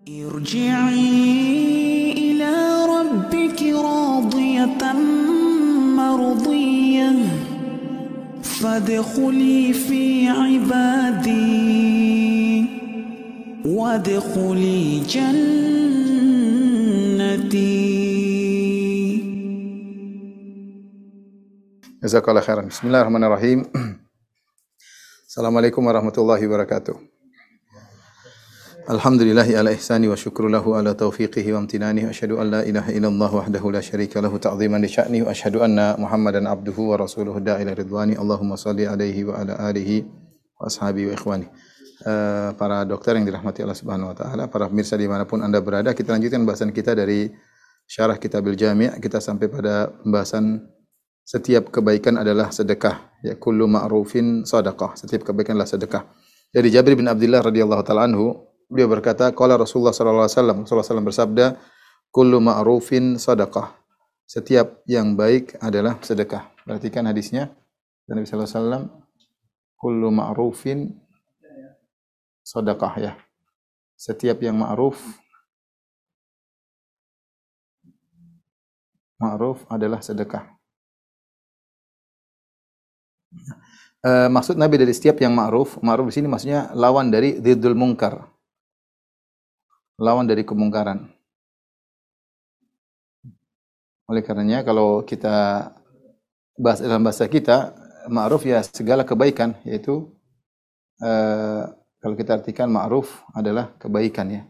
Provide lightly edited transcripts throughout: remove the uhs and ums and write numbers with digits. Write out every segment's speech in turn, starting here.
ارجعي إلى ربك راضية مرضية فادخلي في عبادي وادخلي جنتي. Jazakallah khairan. Bismillahirrahmanirrahim. Assalamualaikum warahmatullahi wabarakatuh. Alhamdulillahi ala ihsani wa syukru lahu ala taufiqihi wa amtinani. Asyhadu an la ilaha illallah wahdahu la syarika lahu ta'ziman li sya'ni wa asyhadu anna Muhammadan abduhu wa rasuluhu da'ila ridwani. Allahumma salli alaihi wa ala alihi wa ashabihi wa ikhwani. Para dokter yang dirahmati Allah Subhanahu wa taala, para pemirsa dimanapun Anda berada, kita lanjutkan bahasan kita dari Syarah Kitabil Jami'. Kita sampai pada pembahasan setiap kebaikan adalah sedekah. Ya, kullu ma'rufin sadaqah. Setiap kebaikan adalah sedekah. Dari Jabir bin Abdullah radhiyallahu taala anhu, beliau berkata, qala Rasulullah sallallahu alaihi wasallam, Rasulullah SAW bersabda, kullu ma'rufin sadaqah. Setiap yang baik adalah sedekah. Perhatikan hadisnya. Dan Nabi sallallahu alaihi wasallam, kullu ma'rufin sadaqah, ya. Setiap yang ma'ruf adalah sedekah. Maksud Nabi dari setiap yang ma'ruf di sini maksudnya lawan dari dhiddul munkar. Lawan dari kemungkaran. Oleh karenanya kalau kita bahas dalam bahasa kita, ma'ruf ya segala kebaikan, yaitu kalau kita artikan ma'ruf adalah kebaikan, ya.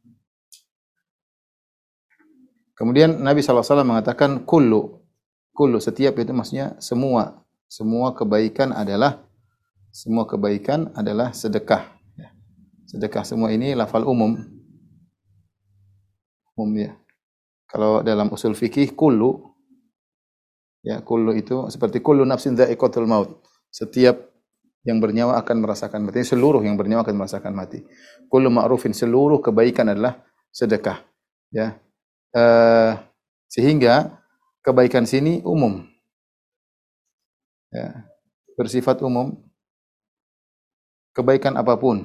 Kemudian Nabi SAW mengatakan kullu setiap, itu maksudnya semua kebaikan adalah sedekah. Sedekah semua ini lafal umum, ya. Kalau dalam usul fikih kullu itu seperti kullu nafsin dha'iqatul maut. Setiap yang bernyawa akan merasakan mati. Seluruh yang bernyawa akan merasakan mati. Kullu ma'rufin, seluruh kebaikan adalah sedekah. Ya. Sehingga kebaikan sini umum. Ya, bersifat umum. Kebaikan apapun,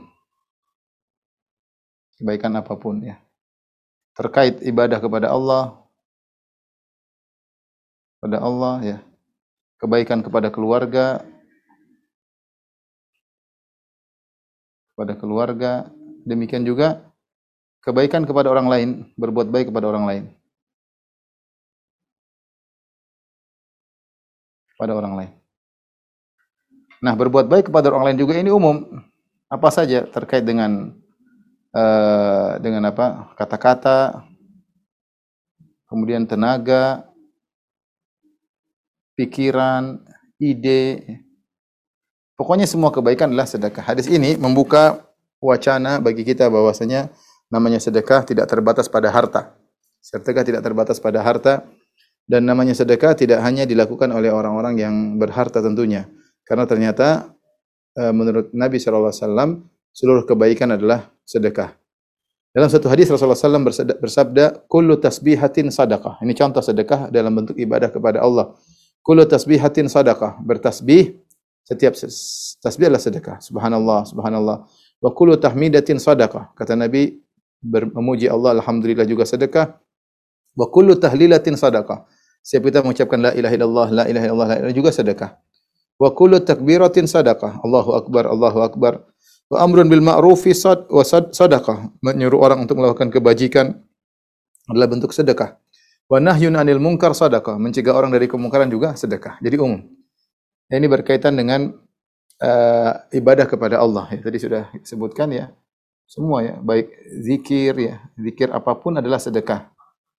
ya. Terkait ibadah kepada Allah, ya. Kebaikan kepada keluarga, demikian juga kebaikan kepada orang lain, berbuat baik kepada orang lain. Nah, berbuat baik kepada orang lain juga ini umum. Apa saja terkait dengan kata-kata, kemudian tenaga, pikiran, ide. Pokoknya semua kebaikan adalah sedekah. Hadis ini membuka wacana bagi kita bahwasanya namanya sedekah tidak terbatas pada harta. Sedekah tidak terbatas pada harta, dan namanya sedekah tidak hanya dilakukan oleh orang-orang yang berharta tentunya. Karena ternyata menurut Nabi SAW, seluruh kebaikan adalah sedekah. Dalam satu hadis Rasulullah SAW bersabda, kullu tasbihatin sadaqah. Ini contoh sedekah dalam bentuk ibadah kepada Allah. Kullu tasbihatin sadaqah. Bertasbih, setiap tasbih adalah sedekah. Subhanallah, subhanallah. Wa kullu tahmidatin sadaqah. Kata Nabi, memuji Allah, alhamdulillah juga sedekah. Wa kullu tahlilatin sadaqah. Setiap kita mengucapkan la ilaha illallah, la ilaha illallah, la ilaha illallah juga sedekah. Wa kullu takbiratin sadaqah. Allahu akbar, Allahu akbar. Wa amrun bil ma'rufi sadaqah. Menyuruh orang untuk melakukan kebajikan adalah bentuk sedekah. Wa nahyun 'anil munkar sadaqah. Mencegah orang dari kemungkaran juga sedekah. Jadi umum. Ini berkaitan dengan ibadah kepada Allah. Ya, tadi sudah disebutkan, ya. Semua, ya, baik zikir, ya, zikir apapun adalah sedekah.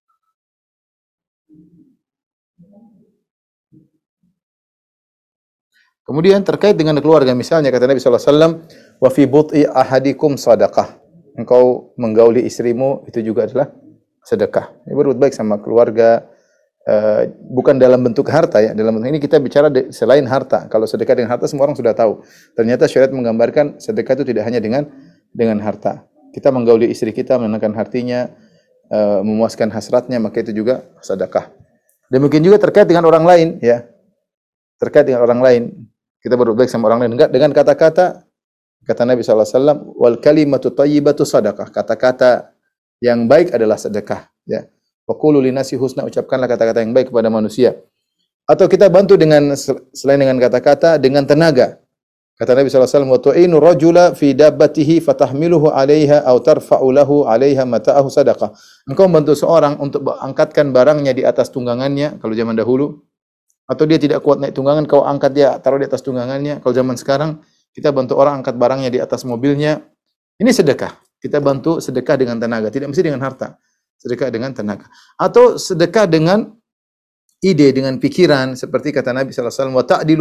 Kemudian terkait dengan keluarga, misalnya kata Nabi SAW, wa fi but'i ahadikum sadaqah. Engkau menggauli istrimu, itu juga adalah sedekah. Ini berbuat baik sama keluarga, bukan dalam bentuk harta, ya. Dalam bentuk ini kita bicara selain harta. Kalau sedekah dengan harta semua orang sudah tahu. Ternyata syariat menggambarkan sedekah itu tidak hanya dengan harta. Kita menggauli istri kita, menenangkan hatinya, memuaskan hasratnya, maka itu juga sedekah. Demikian juga terkait dengan orang lain, ya. Terkait dengan orang lain, kita berbuat baik sama orang lain dengan kata-kata. Kata Nabi SAW, wal kalimatu thayyibatu sadaqah. Kata-kata Yang baik adalah sedekah, ya. Wa qulu linasi husna, ucapkanlah kata-kata yang baik kepada manusia. Atau kita bantu dengan selain dengan kata-kata, dengan tenaga. Kata Nabi sallallahu alaihi wasallam, "Wa tu'inu rajula fi dabbatihi fatahmiluhu 'alaiha aw tarfa'u lahu 'alaiha mata'ahu sadaqah." Engkau membantu seorang untuk angkatkan barangnya di atas tunggangannya kalau zaman dahulu, atau dia tidak kuat naik tunggangan, kau angkat dia, taruh di atas tunggangannya. Kalau zaman sekarang kita bantu orang angkat barangnya di atas mobilnya. Ini sedekah. Kita bantu sedekah dengan tenaga, tidak mesti dengan harta. Sedekah dengan tenaga. Atau sedekah dengan ide, dengan pikiran, seperti kata Nabi sallallahu alaihi wasallam, "Wa ta'dilu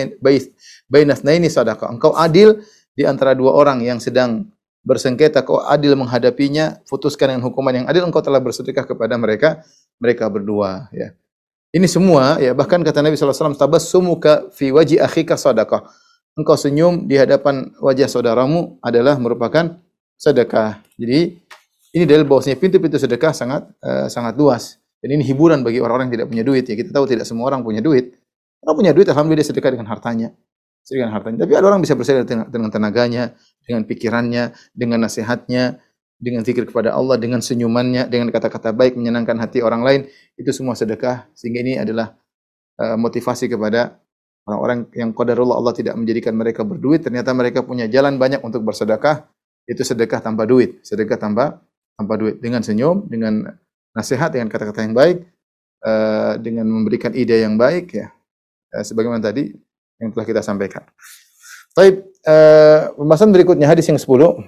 bainasnaini sadaqah." Engkau adil di antara dua orang yang sedang bersengketa, kau adil menghadapinya, putuskan dengan hukuman yang adil, engkau telah bersedekah kepada mereka berdua, ya. Ini semua, ya, bahkan kata Nabi sallallahu alaihi wasallam, "Tabassumuka fi wajhi akhika sadaqah." Engkau senyum di hadapan wajah saudaramu adalah merupakan sedekah. Jadi ini dalil bahwasanya pintu-pintu sedekah sangat luas. Dan ini hiburan bagi orang-orang yang tidak punya duit, ya. Kita tahu tidak semua orang punya duit. Orang punya duit, alhamdulillah, dia sedekah dengan hartanya. Sedekah dengan hartanya. Tapi ada orang bisa bersedekah dengan tenaganya, dengan pikirannya, dengan nasihatnya, dengan zikir kepada Allah, dengan senyumannya, dengan kata-kata baik menyenangkan hati orang lain. Itu semua sedekah. Sehingga ini adalah motivasi kepada orang-orang yang qadarullah Allah tidak menjadikan mereka berduit, ternyata mereka punya jalan banyak untuk bersedekah. Itu sedekah tanpa duit, sedekah tanpa duit, dengan senyum, dengan nasihat, dengan kata-kata yang baik, dengan memberikan ide yang baik, ya. Sebagaimana tadi yang telah kita sampaikan. Baik, pembahasan berikutnya hadis yang 10.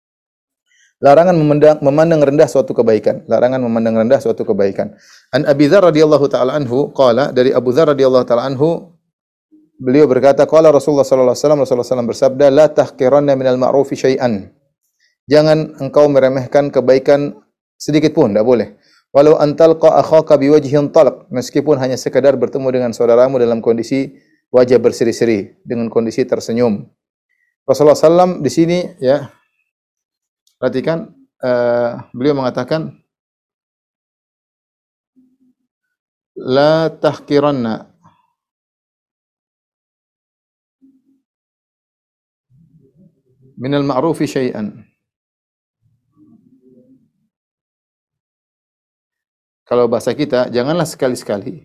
Larangan memandang rendah suatu kebaikan. Larangan memandang rendah suatu kebaikan. An Abi Dzar radhiyallahu taala anhu qala, dari Abu Dzar radhiyallahu taala anhu, beliau berkata, qala Rasulullah sallallahu alaihi wasallam, Rasulullah SAW bersabda, la tahqiranna minal ma'rufi syai'an. Jangan engkau meremehkan kebaikan sedikit pun, tidak boleh. Walau antalqa akhaka biwajhin talq, meskipun hanya sekadar bertemu dengan saudaramu dalam kondisi wajah berseri-seri, dengan kondisi tersenyum. Rasulullah SAW di sini, ya, perhatikan, beliau mengatakan, la tahqiranna minal ma'rufi syai'an. Kalau bahasa kita, janganlah sekali-sekali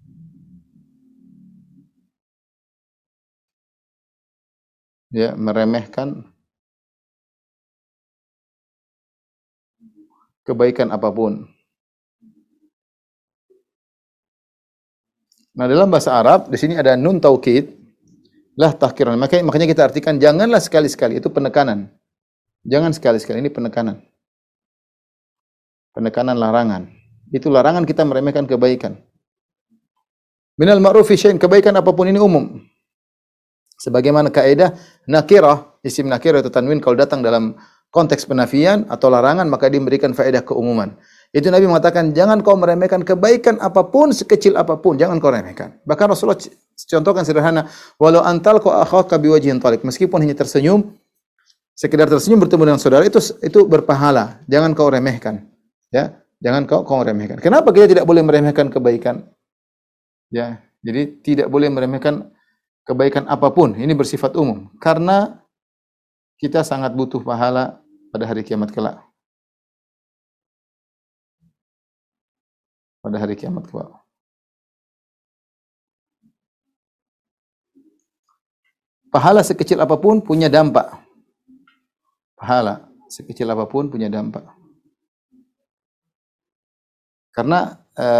ya meremehkan kebaikan apapun. Nah, dalam bahasa Arab di sini ada nun taukid, lah tahqiran. Makanya kita artikan janganlah sekali-sekali, itu penekanan. Jangan sekali-sekali, ini penekanan. Penekanan larangan. Itu larangan kita meremehkan kebaikan. Minal ma'rufi syai'in, kebaikan apapun ini umum. Sebagaimana kaidah nakirah, isim nakirah itu tanwin kalau datang dalam konteks penafian atau larangan maka diberikan faedah keumuman. Itu Nabi mengatakan jangan kau meremehkan kebaikan apapun, sekecil apapun, jangan kau remehkan. Bahkan Rasulullah contohkan sederhana, walau antal kau akhaka biwajhin talik, meskipun hanya tersenyum, sekedar tersenyum bertemu dengan saudara itu berpahala, jangan kau remehkan. Ya. Jangan kau remehkan. Kenapa kita tidak boleh meremehkan kebaikan? Ya, jadi tidak boleh meremehkan kebaikan apapun. Ini bersifat umum. Karena kita sangat butuh pahala pada hari kiamat kelak. Pada hari kiamat kelak. Pahala sekecil apapun punya dampak. Pahala sekecil apapun punya dampak. Karena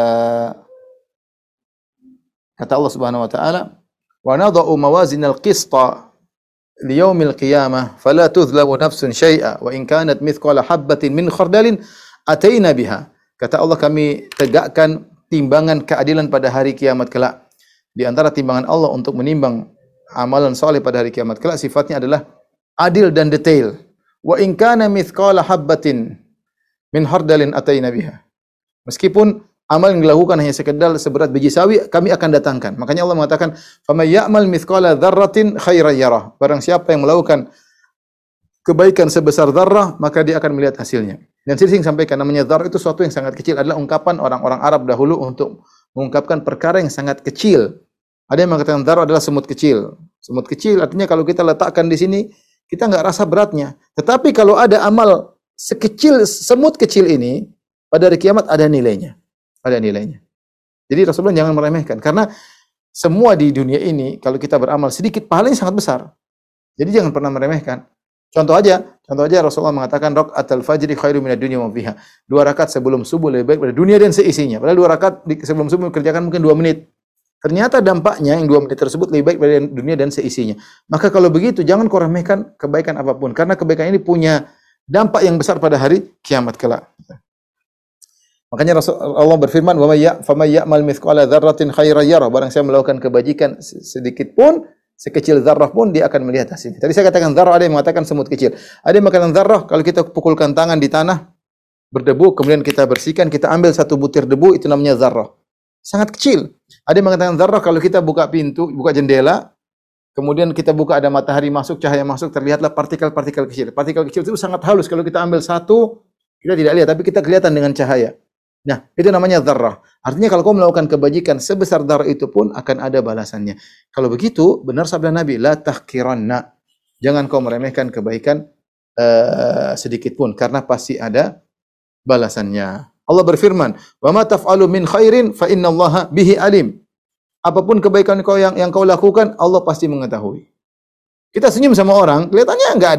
kata Allah Subhanahu wa taala, "Wa nadha'u mawazinal qista liyaumil qiyamah fala tudhlamu nafsun syai'a wa in kanat mithqala habatin min khardalin ataina biha." Kata Allah, kami tegakkan timbangan keadilan pada hari kiamat kelak. Di antara timbangan Allah untuk menimbang amalan saleh pada hari kiamat kelak sifatnya adalah adil dan detail. Wa in kana mithqala habatin min khardalin ataina biha. Meskipun amal yang dilakukan hanya sekedar seberat biji sawi, kami akan datangkan. Makanya Allah mengatakan, "Faman ya'mal mithqala dzarratin khairan yarah." Barang siapa yang melakukan kebaikan sebesar dzarrah, maka dia akan melihat hasilnya. Dan sering sampaikan namanya dzarrah itu sesuatu yang sangat kecil, adalah ungkapan orang-orang Arab dahulu untuk mengungkapkan perkara yang sangat kecil. Ada yang mengatakan dzarrah adalah semut kecil. Semut kecil artinya kalau kita letakkan di sini, kita enggak rasa beratnya. Tetapi kalau ada amal sekecil semut kecil ini pada hari kiamat ada nilainya. Ada nilainya. Jadi Rasulullah jangan meremehkan karena semua di dunia ini kalau kita beramal sedikit pahalanya sangat besar. Jadi jangan pernah meremehkan. Contoh aja Rasulullah mengatakan rakaatul fajri khairu minad dunya wa fiha. 2 rakaat sebelum subuh lebih baik daripada dunia dan seisinya. Padahal 2 rakaat sebelum subuh kerjakan mungkin 2 menit. Ternyata dampaknya yang 2 menit tersebut lebih baik daripada dunia dan seisinya. Maka kalau begitu jangan kau remehkan kebaikan apapun karena kebaikan ini punya dampak yang besar pada hari kiamat kelak. Makanya Allah berfirman, "Wa may ya'mal mithqala dzarratin khairan yarah." Barang siapa melakukan kebajikan sedikit pun, sekecil zarrah pun dia akan melihat hasilnya. Tadi saya katakan zarrah, ada yang mengatakan semut kecil. Ada yang mengatakan zarrah kalau kita pukulkan tangan di tanah berdebu, kemudian kita bersihkan, kita ambil 1 butir debu, itu namanya zarrah. Sangat kecil. Ada yang mengatakan zarrah kalau kita buka pintu, buka jendela, kemudian kita buka ada matahari masuk, cahaya masuk, terlihatlah partikel-partikel kecil. Partikel kecil itu sangat halus. Kalau kita ambil 1, kita tidak lihat, tapi kita kelihatan dengan cahaya. Nah, itu namanya dzarrah. Artinya kalau kau melakukan kebajikan sebesar dzarrah itu pun akan ada balasannya. Kalau begitu, benar sabda Nabi, la tahqiranna. Jangan kau meremehkan kebaikan sedikit pun karena pasti ada balasannya. Allah berfirman, "Wa ma taf'alu min khairin fa innallaha bihi alim." Apapun kebaikan kau yang kau lakukan, Allah pasti mengetahui. Kita senyum sama orang, kelihatannya enggak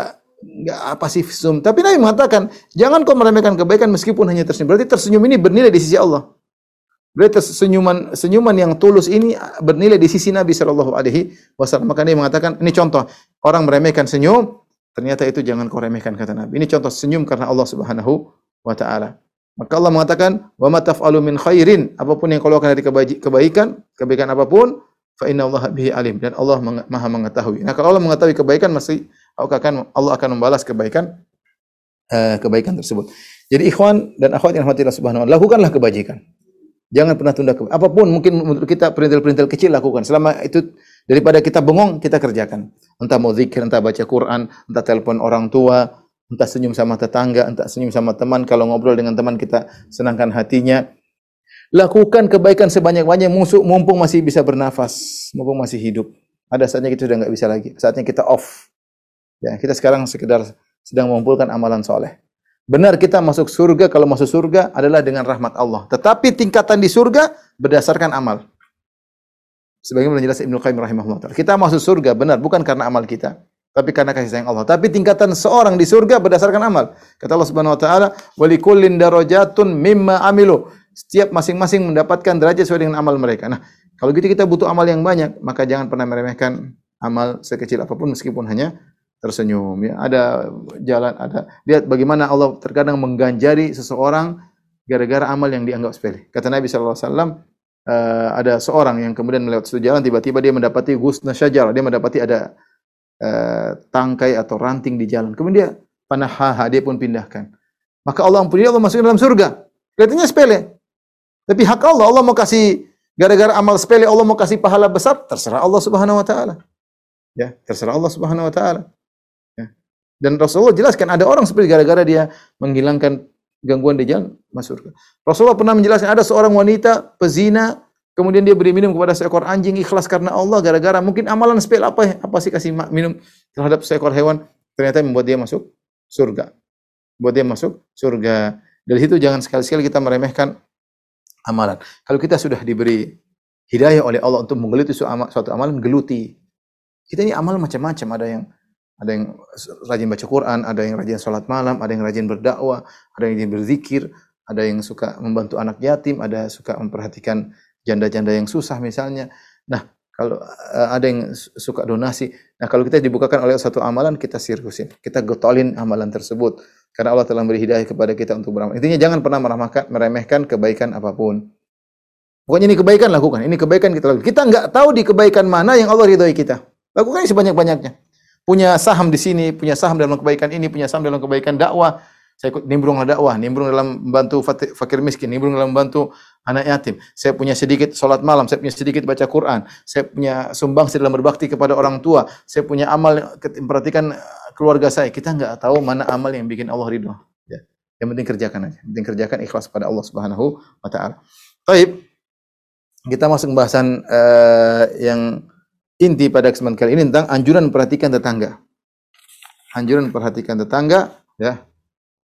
apa sih senyum. Tapi Nabi mengatakan, jangan kau meremehkan kebaikan meskipun hanya tersenyum. Berarti tersenyum ini bernilai di sisi Allah. Berarti senyuman yang tulus ini bernilai di sisi Nabi sallallahu alaihi wasallam. Maka dia mengatakan, ini contoh orang meremehkan senyum, ternyata itu jangan kau remehkan kata Nabi. Ini contoh senyum karena Allah Subhanahu wa taala. Maka Allah mengatakan, "Wa ma taf'alu min khairin." Apapun yang kau lakukan dari kebaikan apapun, fa innallaha bihi alim, dan Allah Maha mengetahui. Nah, kalau Allah mengetahui kebaikan, Allah akan membalas kebaikan tersebut. Jadi ikhwan dan akhwat yang dirahmati Allah Subhanahu wa taala, lakukanlah kebajikan. Jangan pernah tunda apapun mungkin menurut kita perintil-perintil kecil lakukan. Selama itu daripada kita bengong, kita kerjakan. Entah mau zikir, entah baca Quran, entah telepon orang tua, entah senyum sama tetangga, entah senyum sama teman. Kalau ngobrol dengan teman kita senangkan hatinya. Lakukan kebaikan sebanyak-banyak mumpung masih bisa bernafas, mumpung masih hidup. Ada saatnya kita sudah enggak bisa lagi. Saatnya kita off. Ya, kita sekarang sekedar sedang mengumpulkan amalan soleh. Benar kita masuk surga, kalau masuk surga adalah dengan rahmat Allah. Tetapi tingkatan di surga berdasarkan amal. Sebagaimana menjelaskan Ibnu Qayyim rahimahullah. Kita masuk surga benar bukan karena amal kita, tapi karena kasih sayang Allah. Tapi tingkatan seorang di surga berdasarkan amal. Kata Allah Subhanahu wa taala, "Wa likullin darajatun mimma amilu." Setiap masing-masing mendapatkan derajat sesuai dengan amal mereka. Nah, kalau gitu kita butuh amal yang banyak, maka jangan pernah meremehkan amal sekecil apapun meskipun hanya tersenyum. Ya, lihat bagaimana Allah terkadang mengganjari seseorang gara-gara amal yang dianggap sepele. Kata Nabi sallallahu alaihi wasallam, ada seorang yang kemudian melewati suatu jalan, tiba-tiba dia mendapati ghusna syajar, dia mendapati ada tangkai atau ranting di jalan. Kemudian dia panahaha, dia pun pindahkan. Maka Allah ampuni, Allah masukin dalam surga. Kelihatannya sepele. Tapi hak Allah, Allah mau kasih gara-gara amal sepele, Allah mau kasih pahala besar, terserah Allah Subhanahu wa taala. Ya, terserah Allah Subhanahu wa taala. Ya. Dan Rasulullah jelaskan ada orang seperti gara-gara dia menghilangkan gangguan di jalan masuk surga. Rasulullah pernah menjelaskan ada seorang wanita pezina, kemudian dia beri minum kepada seekor anjing ikhlas karena Allah, gara-gara mungkin amalan sepele apa sih kasih minum terhadap seekor hewan, ternyata membuat dia masuk surga. Buat dia masuk surga. Dari situ jangan sekali-sekali kita meremehkan amalan. Kalau kita sudah diberi hidayah oleh Allah untuk menggeluti suatu amalan, geluti. Kita ini amal macam-macam, ada yang rajin baca Quran, ada yang rajin salat malam, ada yang rajin berdakwah, ada yang rajin berzikir, ada yang suka membantu anak yatim, ada suka memperhatikan janda-janda yang susah misalnya. Nah, kalau ada yang suka donasi. Nah, kalau kita dibukakan oleh satu amalan, kita sirkusin. Kita getolin amalan tersebut. Karena Allah telah beri hidayah kepada kita untuk beramal. Intinya jangan pernah meremehkan kebaikan apapun. Pokoknya ini kebaikan lakukan. Ini kebaikan kita lakukan. Kita enggak tahu di kebaikan mana yang Allah ridhoi kita. Lakukan sebanyak-banyaknya. Punya saham di sini, punya saham dalam kebaikan ini, punya saham dalam kebaikan dakwah. Saya ikut nimbrunglah dakwah, nimbrung dalam membantu fakir miskin, nimbrung dalam membantu anak yatim. Saya punya sedikit salat malam, saya punya sedikit baca Quran, saya punya sumbangsi dalam berbakti kepada orang tua, saya punya amal memperhatikan keluarga saya. Kita enggak tahu mana amal yang bikin Allah ridho. Ya. Yang penting kerjakan aja. Yang penting kerjakan ikhlas pada Allah Subhanahu wa taala. Baik. Kita masuk pembahasan yang inti pada kesempatan kali ini tentang anjuran memperhatikan tetangga. Anjuran memperhatikan tetangga, ya.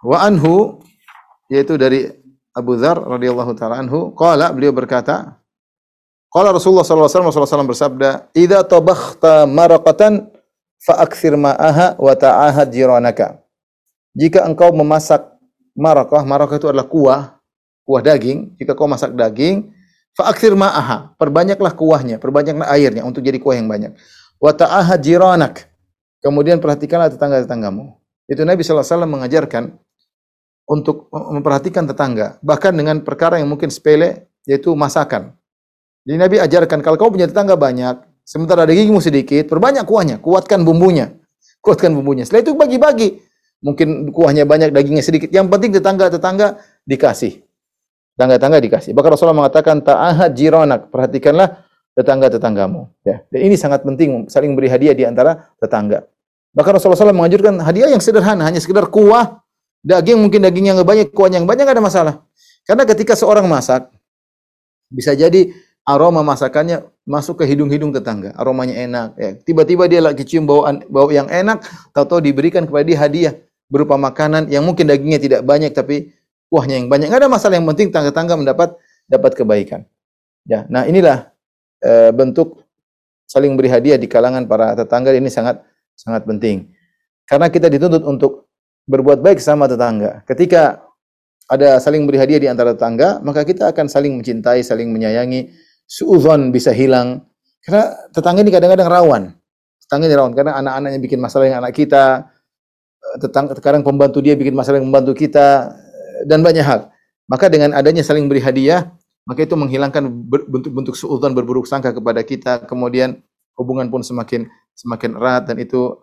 Wa anhu, yaitu dari Abu Dzar radhiyallahu taala anhu, qala, beliau berkata, qala Rasulullah sallallahu alaihi wasallam, Rasulullah SAW bersabda, "Idza tabakhta maraqatan fa aktsir ma'aha wa ta'ahad jiranaka." Jika engkau memasak maraqah, maraqah itu adalah kuah daging. Jika kau masak daging, fa aktsir ma'aha, perbanyaklah kuahnya, perbanyaklah airnya untuk jadi kuah yang banyak. Wa ta'ahad jiranak, kemudian perhatikanlah tetangga-tetanggamu. Itu Nabi sallallahu alaihi wasallam mengajarkan untuk memperhatikan tetangga, bahkan dengan perkara yang mungkin sepele, yaitu masakan. Jadi Nabi ajarkan, kalau kamu punya tetangga banyak, sementara dagingmu sedikit, perbanyak kuahnya, kuatkan bumbunya. Kuatkan bumbunya. Setelah itu bagi-bagi. Mungkin kuahnya banyak, dagingnya sedikit. Yang penting tetangga-tetangga dikasih. Tetangga-tetangga dikasih. Bahkan Rasulullah mengatakan, ta'ahad jiranak, perhatikanlah tetangga-tetanggamu. Ya. Dan ini sangat penting, saling beri hadiah di antara tetangga. Bahkan Rasulullah SAW menganjurkan hadiah yang sederhana, hanya sekedar kuah, daging, mungkin daging yang banyak, kuah yang banyak, nggak ada masalah. Karena ketika seorang masak, bisa jadi aroma masakannya masuk ke hidung-hidung tetangga, aromanya enak. Ya. Tiba-tiba dia lagi cium bau yang enak, tahu-tahu diberikan kepada dia hadiah berupa makanan yang mungkin dagingnya tidak banyak, tapi kuahnya yang banyak. Nggak ada masalah, yang penting tetangga dapat kebaikan. Ya, nah inilah bentuk saling beri hadiah di kalangan para tetangga. Ini sangat sangat penting. Karena kita dituntut untuk berbuat baik sama tetangga. Ketika ada saling beri hadiah di antara tetangga, maka kita akan saling mencintai, saling menyayangi. Suudzon bisa hilang. Karena tetangga ini kadang-kadang rawan. Tetangga ini rawan karena anak-anaknya bikin masalah dengan anak kita. Sekarang pembantu dia bikin masalah dengan pembantu kita, dan banyak hal. Maka dengan adanya saling beri hadiah, maka itu menghilangkan bentuk-bentuk suudzon, berburuk sangka kepada kita. Kemudian hubungan pun semakin erat, dan itu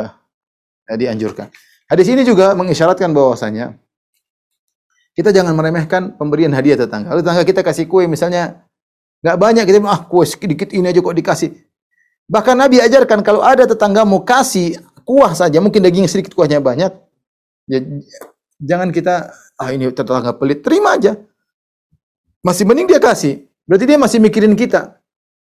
dianjurkan. Hadis ini juga mengisyaratkan bahwasanya kita jangan meremehkan pemberian hadiah tetangga. Kalau tetangga kita kasih kue misalnya nggak banyak, kita bilang, kue sedikit ini aja kok dikasih. Bahkan Nabi ajarkan kalau ada tetanggamu kasih kuah saja, mungkin dagingnya sedikit, kuahnya banyak, ya, jangan kita, ini tetangga pelit, terima aja. Masih mending dia kasih. Berarti dia masih mikirin kita.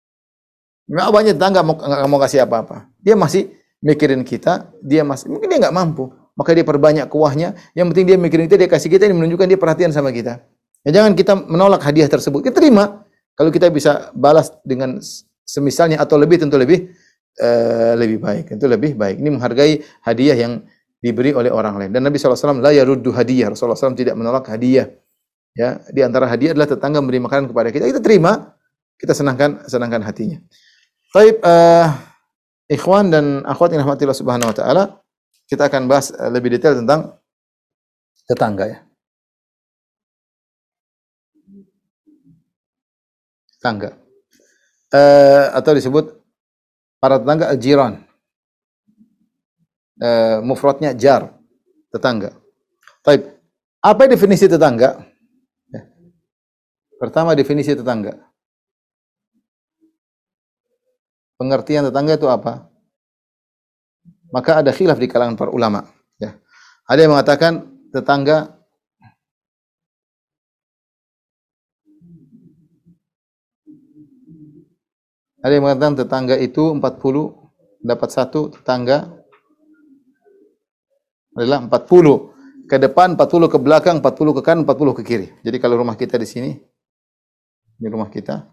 Nggak banyak tetangga nggak mau kasih apa-apa. Dia masih mikirin kita, mungkin dia nggak mampu. Maka dia perbanyak kuahnya. Yang penting dia mikirin kita, dia kasih kita, ini menunjukkan dia perhatian sama kita. Ya, jangan kita menolak hadiah tersebut. Kita terima. Kalau kita bisa balas dengan semisalnya atau lebih, tentu lebih baik. Itu lebih baik. Ini menghargai hadiah yang diberi oleh orang lain. Dan Nabi SAW la yaruddu hadiah. Rasulullah SAW tidak menolak hadiah. Ya, di antara hadiah adalah tetangga memberi makanan kepada kita. Kita terima, kita senangkan hatinya. Baik, ikhwan dan akhwat yang dirahmati Allah Subhanahu wa taala, kita akan bahas lebih detail tentang tetangga ya. Tetangga. Atau disebut para tetangga jiran. Mufradnya jar, tetangga. Baik. Apa definisi tetangga? Ya. Pertama, definisi tetangga. Pengertian tetangga itu apa? Maka ada khilaf di kalangan para ulama. Ya. Ada yang mengatakan tetangga itu 40, dapat satu tetangga adalah 40 ke depan, 40 ke belakang, 40 ke kanan, 40 ke kiri. Jadi kalau rumah kita di sini, ini rumah kita.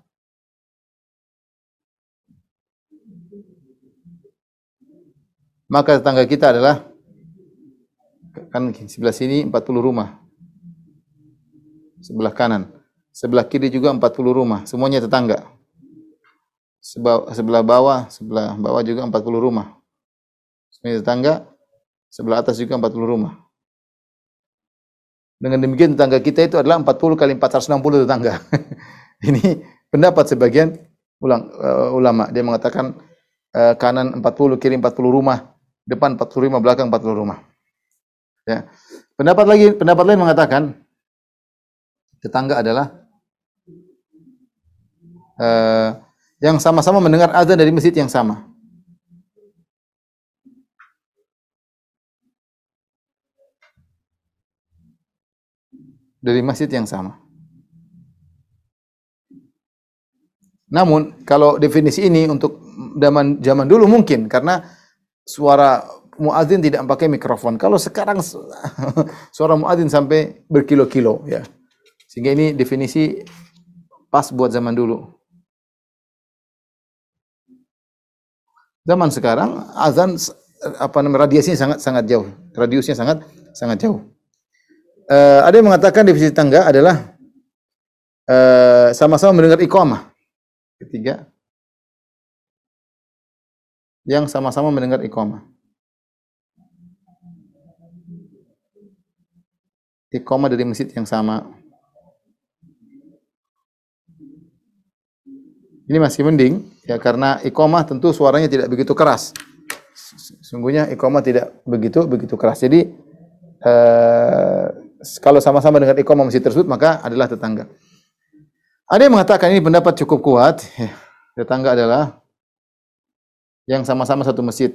Maka tetangga kita adalah, kan sebelah sini 40 rumah. Sebelah kanan. Sebelah kiri juga 40 rumah. Semuanya tetangga. Sebelah bawah juga 40 rumah. Semuanya tetangga. Sebelah atas juga 40 rumah. Dengan demikian tetangga kita itu adalah 40 kali 460 tetangga. Ini pendapat sebagian ulama. Dia mengatakan kanan 40, kiri 40 rumah. Depan 40 rumah, belakang 40 rumah. Ya. Pendapat lain mengatakan tetangga adalah yang sama-sama mendengar azan dari masjid yang sama. Dari masjid yang sama. Namun kalau definisi ini untuk zaman dulu mungkin, karena suara muadzin tidak pakai mikrofon. Kalau sekarang suara muadzin sampai berkilo-kilo ya. Sehingga ini definisi pas buat zaman dulu. Zaman sekarang azan radiasinya sangat jauh. Radiusnya sangat jauh. Ada yang mengatakan definisi tangga adalah sama-sama mendengar iqamah. Ketiga, yang sama-sama mendengar iqamah. Iqamah dari masjid yang sama. Ini masih mending ya, karena iqamah tentu suaranya tidak begitu keras. Sungguhnya iqamah tidak begitu keras. Jadi kalau sama-sama dengan iqamah masjid tersebut maka adalah tetangga. Ada yang mengatakan ini pendapat cukup kuat. Tetangga adalah yang sama-sama satu masjid.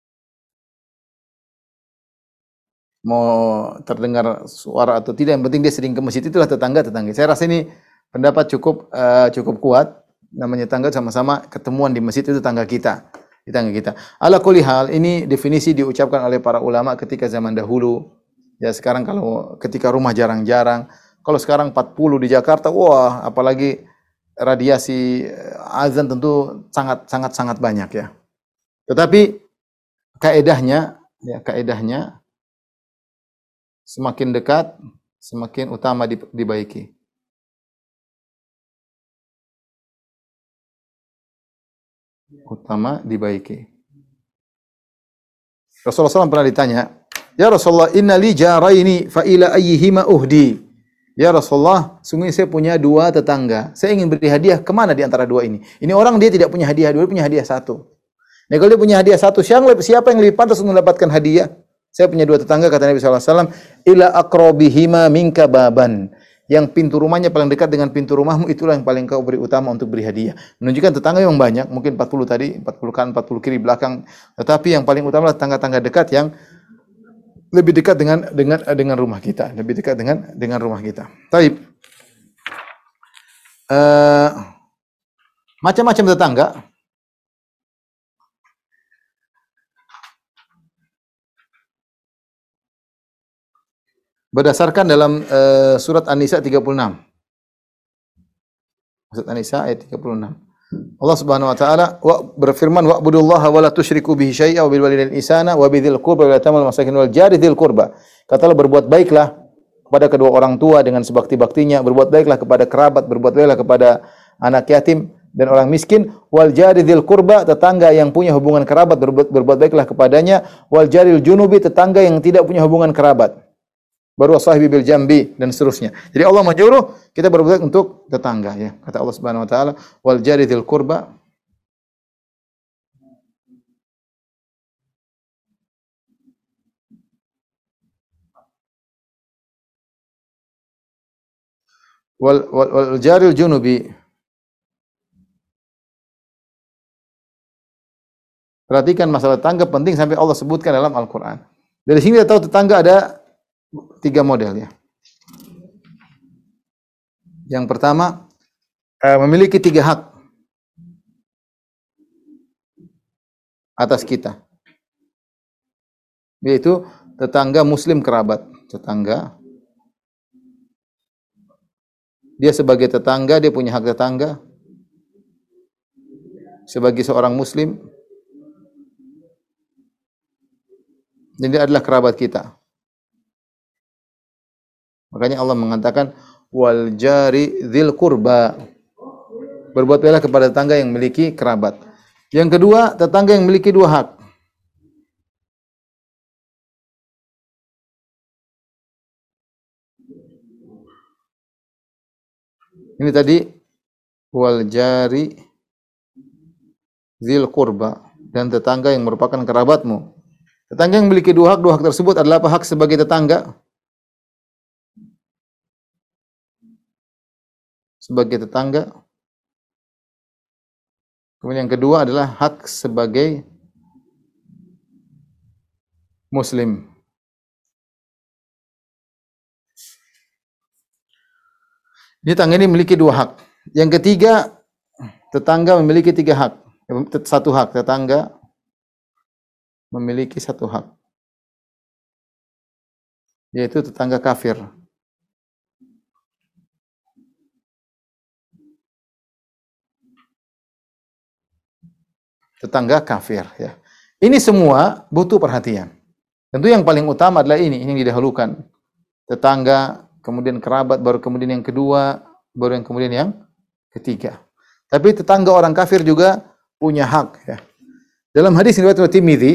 Mau terdengar suara atau tidak, yang penting dia sering ke masjid, itulah tetangga. Saya rasa ini pendapat cukup kuat. Namanya tetangga sama-sama ketemuan di masjid, itu tetangga kita. Ala kulli hal, ini definisi diucapkan oleh para ulama ketika zaman dahulu. Ya sekarang kalau ketika rumah jarang-jarang. Kalau sekarang 40 di Jakarta, wah, apalagi radiasi azan tentu sangat banyak ya. Tetapi kaedahnya semakin dekat semakin utama dibaiki. Rasulullah SAW pernah ditanya, "Ya Rasulullah, inna li jaraini fa ila ayyihima uhdi?" Ya Rasulullah, sungguh saya punya dua tetangga. Saya ingin beri hadiah, kemana di antara dua ini? Ini orang dia tidak punya hadiah dua, dia punya hadiah satu. Nah, kalau dia punya hadiah satu, siapa yang lebih pantas untuk mendapatkan hadiah? Saya punya dua tetangga, kata Nabi SAW, ila aqrabihima minka baban. Yang pintu rumahnya paling dekat dengan pintu rumahmu, itulah yang paling kau beri utama untuk beri hadiah. Menunjukkan tetangga yang banyak, mungkin 40 tadi, 40 kanan, 40 kiri, belakang. Tetapi yang paling utama adalah tetangga-tetangga dekat yang lebih dekat dengan rumah kita, rumah kita. Taib. Macam-macam tetangga. Berdasarkan dalam surat An-Nisa 36. Surat An-Nisa ayat 36. Allah Subhanahu wa taala berfirman, wa'budullaha wa la tusyriku bihi syai'a wa bil walidaini ihsana wa bidzil qurba wal yatama wal masakin wal jari dzil qurba. Katalah berbuat baiklah kepada kedua orang tua dengan sebakti-baktinya, berbuat baiklah kepada kerabat, berbuat baiklah kepada anak yatim dan orang miskin, wal jari dzil qurba, tetangga yang punya hubungan kerabat berbuat baiklah kepadanya, wal jaril junubi, tetangga yang tidak punya hubungan kerabat. Baru sahibi bil jambi dan seterusnya. Jadi Allah menyuruh kita berbuat baik untuk tetangga ya. Kata Allah Subhanahu wa taala, wal jari dzil qurba. Wal jaril junubi. Perhatikan masalah tetangga penting sampai Allah sebutkan dalam Al-Qur'an. Dari sini kita tahu tetangga ada 3 model ya. Yang pertama, memiliki 3 hak atas kita. Yaitu tetangga muslim kerabat. Tetangga. Dia sebagai tetangga, dia punya hak tetangga. Sebagai seorang muslim. Dan dia adalah kerabat kita. Makanya Allah mengatakan wal jari dzil qurba. Berbuat baiklah kepada tetangga yang memiliki kerabat. Yang kedua, tetangga yang memiliki 2 hak. Ini tadi wal jari dzil qurba, dan tetangga yang merupakan kerabatmu. Tetangga yang memiliki 2 hak tersebut adalah apa? Hak sebagai tetangga. Sebagai tetangga. Kemudian yang kedua adalah hak sebagai muslim. Ini tetangga ini memiliki 2 hak. Yang ketiga, tetangga memiliki 3 hak. 1 hak tetangga memiliki satu hak, yaitu tetangga kafir. Tetangga kafir, ya. Ini semua butuh perhatian. Tentu yang paling utama adalah ini yang didahulukan. Tetangga, kemudian kerabat, baru kemudian yang kedua, baru yang kemudian yang ketiga. Tapi tetangga orang kafir juga punya hak, ya. Dalam hadis yang diriwayatkan oleh Tirmidzi,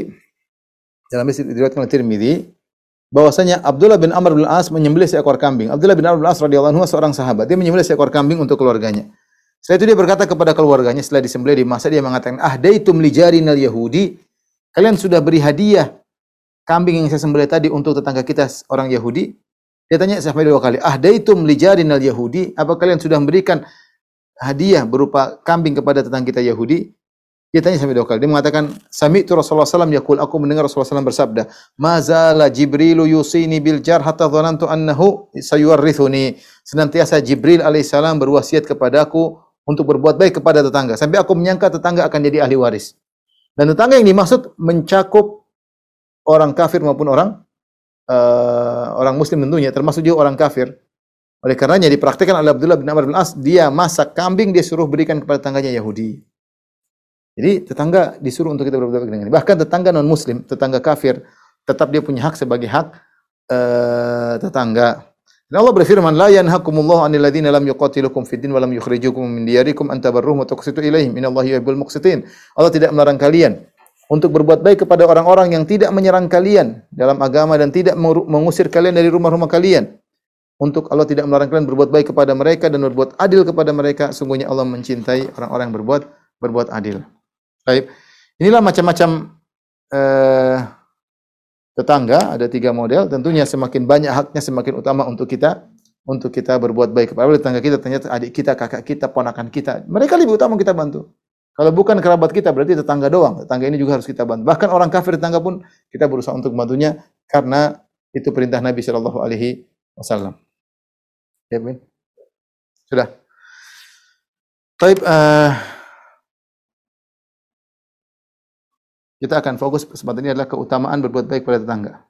bahwasanya Abdullah bin Amr bin Al-As menyembelih seekor kambing. Abdullah bin Amr bin Al-As radhiyallahu anhu seorang sahabat. Dia menyembelih seekor kambing untuk keluarganya. Setelah itu dia berkata kepada keluarganya setelah disembelih dimasak, dia mengatakan, "Ahdaitum li jarinal yahudi?" Kalian sudah beri hadiah kambing yang saya sembelih tadi untuk tetangga kita orang Yahudi? Dia tanya sampai 2 kali. "Ahdaitum li jarinal yahudi?" Apa kalian sudah memberikan hadiah berupa kambing kepada tetangga kita Yahudi? Dia tanya sampai 2 kali. Dia mengatakan, "Sami'tu Rasulullah SAW yaqul," aku mendengar Rasulullah SAW bersabda, "Mazala Jibrilu yusini bil jar hatta dhanantu annahu sayuwarrithuni." Senantiasa Jibril alaihissalam berwasiat kepadaku untuk berbuat baik kepada tetangga, sampai aku menyangka tetangga akan jadi ahli waris. Dan tetangga yang dimaksud mencakup orang kafir maupun orang muslim tentunya, termasuk juga orang kafir. Oleh karenanya dipraktikkan oleh Abdullah bin Amr bin As, dia masak kambing, dia suruh berikan kepada tetangganya Yahudi. Jadi tetangga disuruh untuk kita berbuat baik dengan ini. Bahkan tetangga non muslim, tetangga kafir, tetap dia punya hak sebagai hak tetangga. Dan Allah berfirman, "La yanhakumullahu 'anil ladzina lam yuqatilukum fid din wa lam yukhrijukum min diyarikum an tabarruhum wa tuqsitu ilaihim. Innallaha yuhibbul muqsitin." Allah tidak melarang kalian untuk berbuat baik kepada orang-orang yang tidak menyerang kalian dalam agama dan tidak mengusir kalian dari rumah-rumah kalian. Untuk Allah tidak melarang kalian berbuat baik kepada mereka dan berbuat adil kepada mereka. Sungguhnya Allah mencintai orang-orang yang berbuat adil. Baik. Inilah macam-macam tetangga, ada 3 model. Tentunya semakin banyak haknya, semakin utama untuk kita berbuat baik kepada tetangga kita, ternyata adik kita, kakak kita, ponakan kita. Mereka lebih utama kita bantu. Kalau bukan kerabat kita, berarti tetangga doang. Tetangga ini juga harus kita bantu. Bahkan orang kafir tetangga pun kita berusaha untuk membantunya karena itu perintah Nabi sallallahu alaihi wasallam. Ya, Bin? Sudah. Baik, kita akan fokus kesempatan ini adalah keutamaan berbuat baik pada tetangga.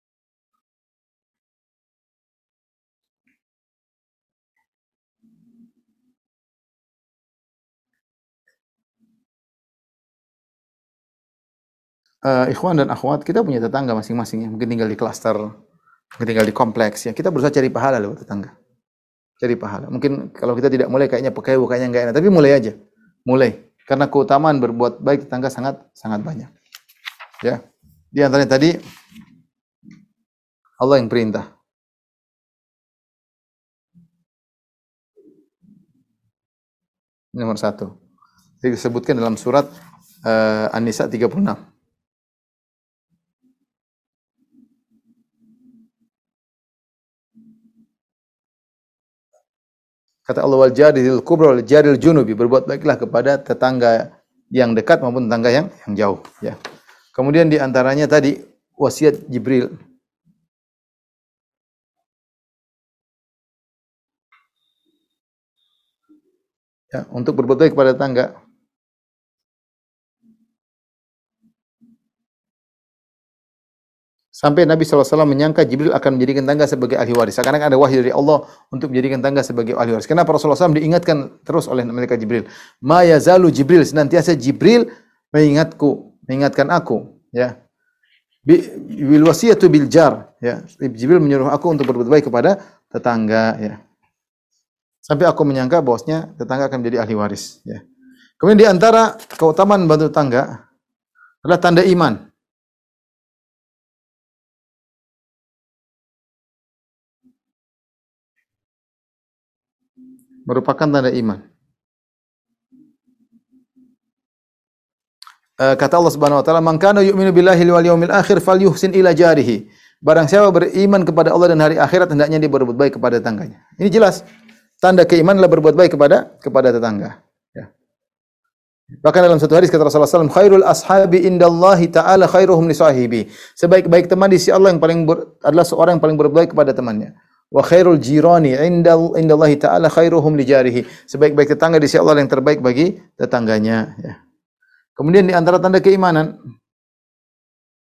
Ikhwan dan akhwat, kita punya tetangga masing-masing ya. Mungkin tinggal di klaster, mungkin tinggal di kompleks ya. Kita berusaha cari pahala lewat tetangga. Cari pahala. Mungkin kalau kita tidak mulai kayaknya kayaknya enggak enak, tapi mulai aja. Mulai. Karena keutamaan berbuat baik tetangga sangat banyak. Ya. Di antaranya tadi Allah yang perintah. Nomor 1. Disebutkan dalam surat An-Nisa 36. Kata Allah, "Wal jaril kubra wal jaril junubi." Berbuat baiklah kepada tetangga yang dekat maupun tetangga yang jauh, ya. Kemudian di antaranya tadi wasiat Jibril. Ya, untuk berbuat baik kepada tetangga. Sampai Nabi SAW menyangka Jibril akan menjadikan tangga sebagai ahli waris. Seakan-akan ada wahyu dari Allah untuk menjadikan tangga sebagai ahli waris. Kenapa Rasulullah SAW diingatkan terus oleh malaikat Jibril? Ma yazalu Jibril, senantiasa Jibril mengingatkan aku, ya. Bil wasiyatu bil jar, ya. Jibril menyuruh aku untuk berbuat baik kepada tetangga, ya. Sampai aku menyangka bahwasanya tetangga akan menjadi ahli waris, ya. Kemudian di antara keutamaan membantu tetangga adalah tanda iman. Merupakan tanda iman. Kata Allah Subhanahu wa taala, "Man kana yu'minu billahi wal yawmil akhir falyuhsin ila jarihi." Barang siapa beriman kepada Allah dan hari akhirat, hendaknya dia berbuat baik kepada tetangganya. Ini jelas tanda keimanan adalah berbuat baik kepada tetangga, ya. Bahkan dalam satu hadis kata Rasulullah SAW, "Khairul ashabi indallahi ta'ala khairuhum li sahibi." Sebaik-baik teman di sisi Allah adalah seorang yang paling berbuat baik kepada temannya. Wa khairul jirani indallahi ta'ala khairuhum li jarihi. Sebaik-baik tetangga di sisi Allah yang terbaik bagi tetangganya, ya. Kemudian di antara tanda keimanan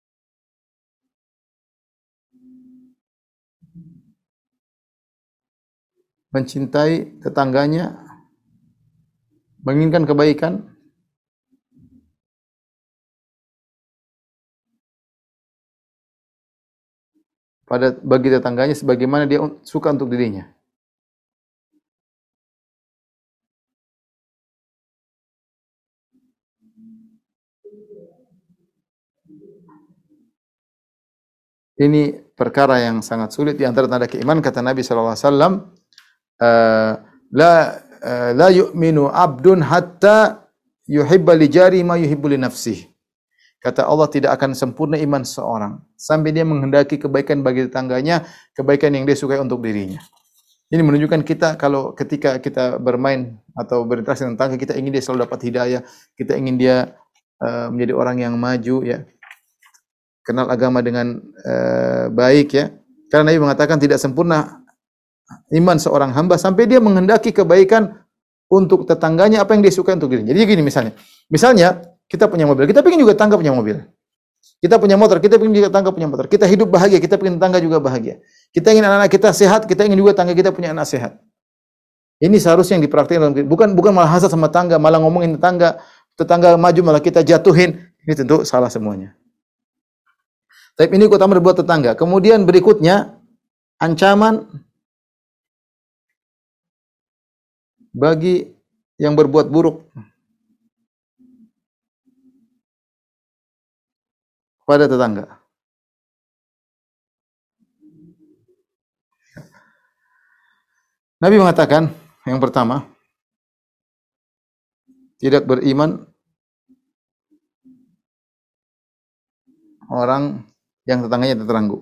mencintai tetangganya, menginginkan kebaikan bagi tetangganya sebagaimana dia suka untuk dirinya. Ini perkara yang sangat sulit di antara tanda keimanan. Kata Nabi sallallahu alaihi wasallam, la la yu'minu 'abdun hatta yuhibba li jari ma yuhibbu li nafsihi. Kata Allah, tidak akan sempurna iman seorang sampai dia menghendaki kebaikan bagi tetangganya, kebaikan yang dia sukai untuk dirinya. Ini menunjukkan kita kalau ketika kita bermain atau berinteraksi dengan tetangga, kita ingin dia selalu dapat hidayah, kita ingin dia menjadi orang yang maju, ya, kenal agama dengan baik, ya. Karena Nabi mengatakan tidak sempurna iman seorang hamba sampai dia menghendaki kebaikan untuk tetangganya apa yang dia suka untuk dirinya. Jadi gini misalnya kita punya mobil, kita ingin juga tetangga punya mobil. Kita punya motor, kita ingin juga tetangga punya motor. Kita hidup bahagia, kita ingin tetangga juga bahagia. Kita ingin anak-anak kita sehat, kita ingin juga tetangga kita punya anak sehat. Ini seharusnya yang dipraktikkan dalam bukan malah hasad sama tetangga, malah ngomongin tetangga maju malah kita jatuhin. Ini tentu salah semuanya. Tapi ini utama berbuat tetangga. Kemudian berikutnya ancaman bagi yang berbuat buruk pada tetangga. Nabi mengatakan yang pertama, tidak beriman orang yang tetangganya terganggu.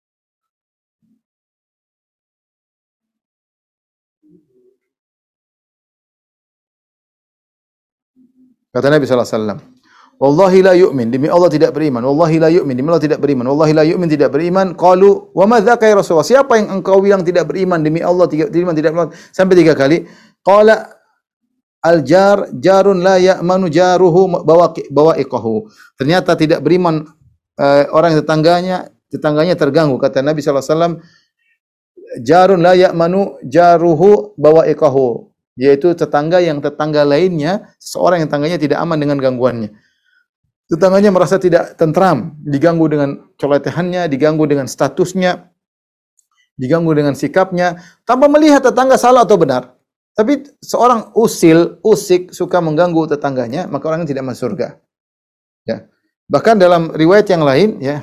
Kata Nabi sallallahu alaihi wasallam, "Wallahi la yu'min," demi Allah tidak beriman. "Wallahi la yu'min," demi Allah tidak beriman. "Wallahi la yu'min," tidak beriman. Qalu, "Wa ma dzaka ya Rasulullah?" Siapa yang engkau bilang tidak beriman? Demi Allah tidak beriman, tidak beriman. Sampai 3 kali. Qala, "Al-jar jarun la ya'manu jaruhu bawa'iqahu." Ternyata tidak beriman orang tetangganya terganggu. Kata Nabi sallallahu alaihi wasallam, "Jarun la ya'manu jaruhu bawa'iqahu." Yaitu tetangga lainnya, seseorang yang tetangganya tidak aman dengan gangguannya. Tetangganya merasa tidak tentram, diganggu dengan coletehannya, diganggu dengan statusnya, diganggu dengan sikapnya, tanpa melihat tetangga salah atau benar. Tapi seorang usik suka mengganggu tetangganya, maka orang tidak masuk surga. Ya. Bahkan dalam riwayat yang lain, ya,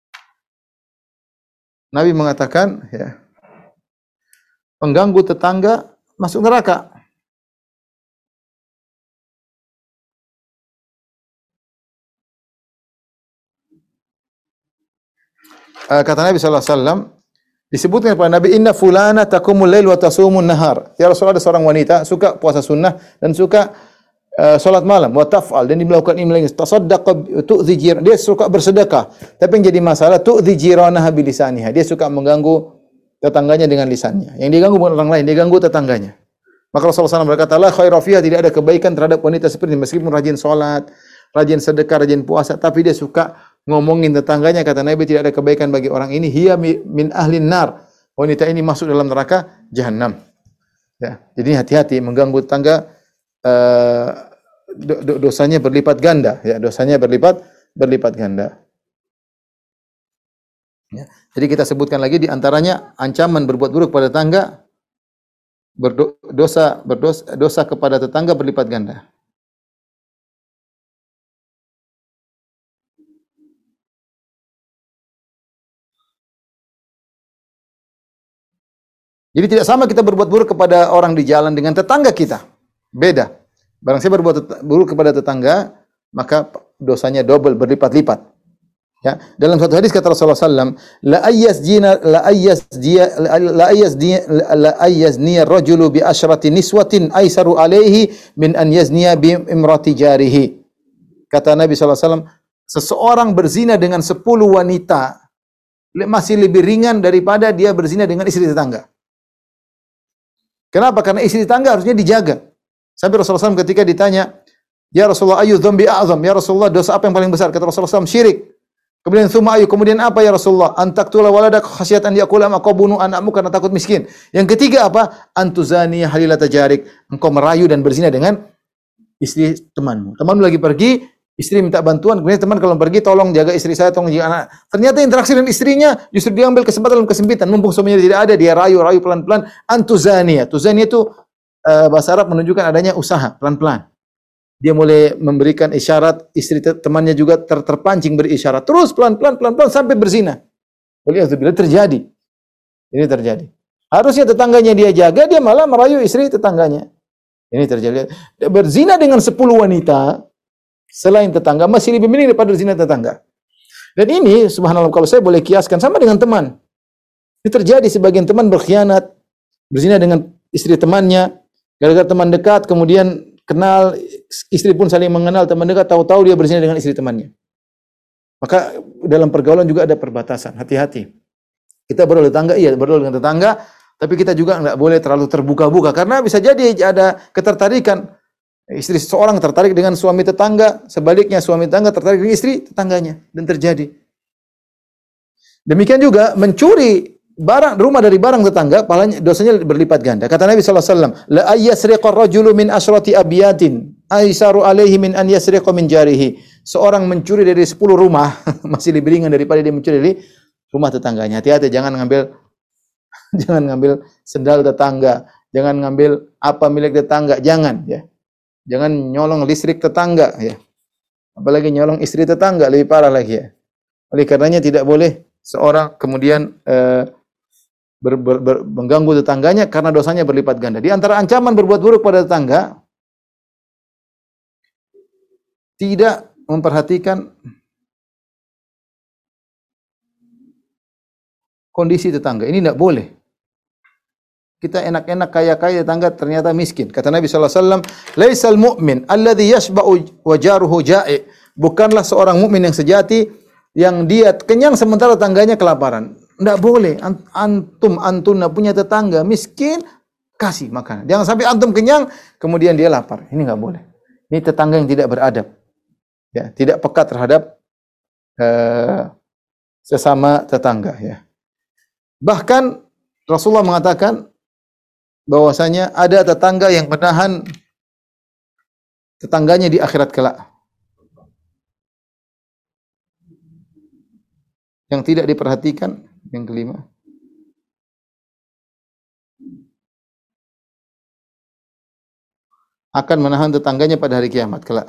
Nabi mengatakan, ya, pengganggu tetangga masuk neraka. Kata Nabi sallallahu alaihi wasallam, disebutkan kepada Nabi, "Inna fulana taqumul lail wa tasumun nahar." Ya Rasulullah, ada seorang wanita suka puasa sunnah dan suka salat malam, wa taf'al, dan dia melakukan ini lagi, tasaddaqa tu'dhi jiran, dia suka bersedekah. Tapi yang jadi masalah tu'dhi jiranaha bilisaniha, dia suka mengganggu tetangganya dengan lisannya. Yang diganggu bukan orang lain, dia ganggu tetangganya. Maka Rasulullah SAW berkata, "La khaira fiha," tidak ada kebaikan terhadap wanita seperti ini, meskipun rajin salat, rajin sedekah, rajin puasa, tapi dia suka ngomongin tetangganya. Kata Nabi, tidak ada kebaikan bagi orang ini. Hiya min ahlin nar, wanita ini masuk dalam neraka jahanam. Ya, jadi hati-hati mengganggu tetangga, dosanya berlipat ganda. Ya, dosanya berlipat ganda. Ya, jadi kita sebutkan lagi di antaranya ancaman berbuat buruk pada tetangga, dosa kepada tetangga berlipat ganda. Jadi tidak sama kita berbuat buruk kepada orang di jalan dengan tetangga kita. Beda. Barang siapa berbuat buruk kepada tetangga, maka dosanya double, berlipat-lipat. Ya, dalam satu hadis kata Rasulullah SAW, la ayyazni ar-rajulu bi asyrati niswatin aisaru alaihi min an yazniya bi imrati jarihi. Kata Nabi SAW, seseorang berzina dengan 10 wanita masih lebih ringan daripada dia berzina dengan istri tetangga. Kenapa? Karena istri tetangga harusnya dijaga. Sampai Rasulullah SAW ketika ditanya, "Ya Rasulullah, ayu dzambi a'zam?" Ya Rasulullah, dosa apa yang paling besar? Kata Rasulullah SAW, syirik. Kemudian summa ayu, kemudian apa ya Rasulullah? Antaktula waladak khasyatan yaqula ma bunuh anakmu karena takut miskin. Yang ketiga apa? Antuzani halilata jarik. Engkau merayu dan berzina dengan istri temanmu. Temanmu lagi pergi, istri minta bantuan, kemudian teman kalau pergi tolong jaga istri saya, tolong jaga anak. Ternyata interaksi dengan istrinya justru dia ambil kesempatan dalam kesempitan. Mumpung suaminya tidak ada, dia rayu pelan-pelan. Antuzania. Tuzania itu bahasa Arab menunjukkan adanya usaha pelan-pelan. Dia mulai memberikan isyarat, istri temannya juga terpancing berisyarat. Terus pelan-pelan sampai berzina. Waliyadzubillah, terjadi. Ini terjadi. Harusnya tetangganya dia jaga, dia malah merayu istri tetangganya. Ini terjadi. Berzina dengan 10 wanita selain tetangga masih lebih mending daripada zina tetangga. Dan ini subhanallah kalau saya boleh kiaskan sama dengan teman. Ini terjadi, sebagian teman berkhianat, berzina dengan istri temannya, gara-gara teman dekat kemudian kenal, istri pun saling mengenal, teman dekat tahu-tahu dia berzina dengan istri temannya. Maka dalam pergaulan juga ada perbatasan, hati-hati. Kita bergaul tetangga, iya bergaul dengan tetangga, tapi kita juga enggak boleh terlalu terbuka-buka karena bisa jadi ada ketertarikan. Istri seorang tertarik dengan suami tetangga, sebaliknya suami tetangga tertarik dengan istri tetangganya, dan terjadi. Demikian juga mencuri barang rumah dari barang tetangga, pahalanya dosanya berlipat ganda. Kata Nabi sallallahu alaihi wasallam, la ayyasriqa ar-rajulu min asyrati abyatin aisaru alaihi min an yasriqa min jarihi. Seorang mencuri dari 10 rumah masih lebih ringan daripada dia mencuri dari rumah tetangganya. Hati-hati, jangan ngambil sendal tetangga, jangan ngambil apa milik tetangga, jangan ya. Jangan nyolong listrik tetangga ya. Apalagi nyolong istri tetangga, lebih parah lagi ya. Oleh karenanya tidak boleh seorang kemudian mengganggu tetangganya karena dosanya berlipat ganda. Di antara ancaman berbuat buruk pada tetangga, tidak memperhatikan kondisi tetangga. Ini tidak boleh. Kita enak-enak kaya-kaya, tetangga ternyata miskin. Kata Nabi sallallahu alaihi wasallam, "Laisal mu'min alladhi yashba'u wa jaruhu ja'i." Bukanlah seorang mukmin yang sejati yang dia kenyang sementara tetangganya kelaparan. Tidak boleh. Antum punya tetangga miskin, kasih makanan. Jangan sampai antum kenyang kemudian dia lapar. Ini enggak boleh. Ini tetangga yang tidak beradab. Ya, tidak peka terhadap sesama tetangga ya. Bahkan Rasulullah mengatakan bahwasanya ada tetangga yang menahan tetangganya di akhirat kelak. Yang tidak diperhatikan, yang kelima, akan menahan tetangganya pada hari kiamat kelak.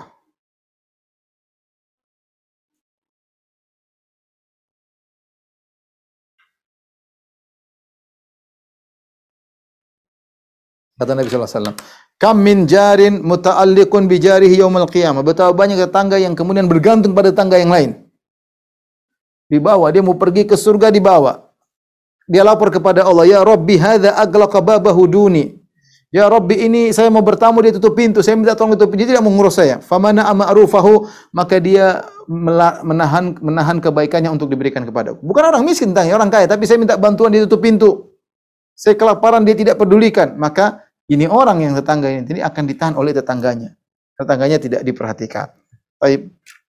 Kata Nabi sallallahu alaihi wasallam, "Kam min jarin muta'alliqun bi jarihi yaumil qiyamah." Betapa banyak tetangga yang kemudian bergantung pada tetangga yang lain. Dibawa, dia mau pergi ke surga dibawa. Dia lapor kepada Allah, "Ya Rabbi, hadza aglaqa babahu duni." Ya Rabbi, ini saya mau bertamu, dia tutup pintu. Saya minta tolong tutup pintu, dia tidak mengurus saya. Famana ma'rufahu, maka dia menahan kebaikannya untuk diberikan kepadaku. Bukan orang miskin, orang kaya, tapi saya minta bantuan, dia tutup pintu. Saya kelaparan, dia tidak pedulikan. Maka ini orang yang tetangga ini akan ditahan oleh tetangganya. Tetangganya tidak diperhatikan. Baik.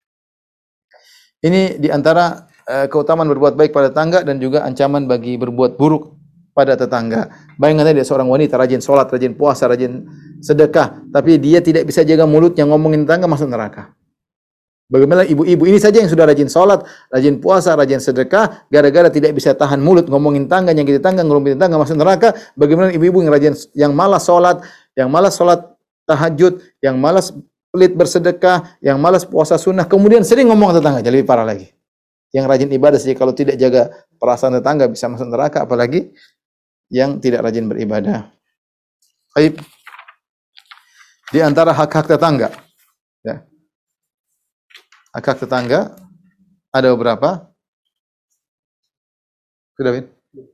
Ini di antara keutamaan berbuat baik pada tetangga dan juga ancaman bagi berbuat buruk pada tetangga. Bayangkan tadi seorang wanita rajin sholat, rajin puasa, rajin sedekah, tapi dia tidak bisa jaga mulutnya ngomongin tetangga, masuk neraka. Bagaimana ibu-ibu ini saja yang sudah rajin sholat, rajin puasa, rajin sedekah, gara-gara tidak bisa tahan mulut ngomongin tetangga, nyakiti tetangga, ngomongin tetangga, masuk neraka. Bagaimana ibu-ibu yang rajin, yang malas sholat tahajud, yang malas pelit bersedekah, yang malas puasa sunnah, kemudian sering ngomong tetangga, jadi lebih parah lagi. Yang rajin ibadah saja kalau tidak jaga perasaan tetangga bisa masuk neraka, apalagi yang tidak rajin beribadah. Baik. Di antara hak-hak tetangga, ya. Hak-hak tetangga ada beberapa. Sudah, Win?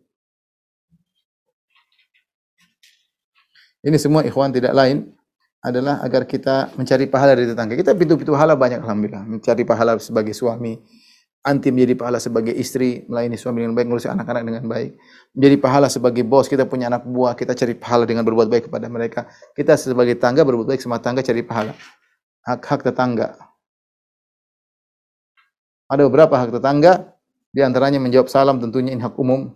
Ini semua ikhwan tidak lain adalah agar kita mencari pahala dari tetangga. Kita pintu-pintu pahala banyak alhamdulillah. Mencari pahala sebagai suami, anti menjadi pahala sebagai istri, melayani suami dengan baik, ngurusi anak-anak dengan baik. Menjadi pahala sebagai bos, kita punya anak buah, kita cari pahala dengan berbuat baik kepada mereka. Kita sebagai tangga berbuat baik sama tangga, cari pahala. Hak-hak tetangga. Ada beberapa hak tetangga, di antaranya menjawab salam, tentunya ini hak umum.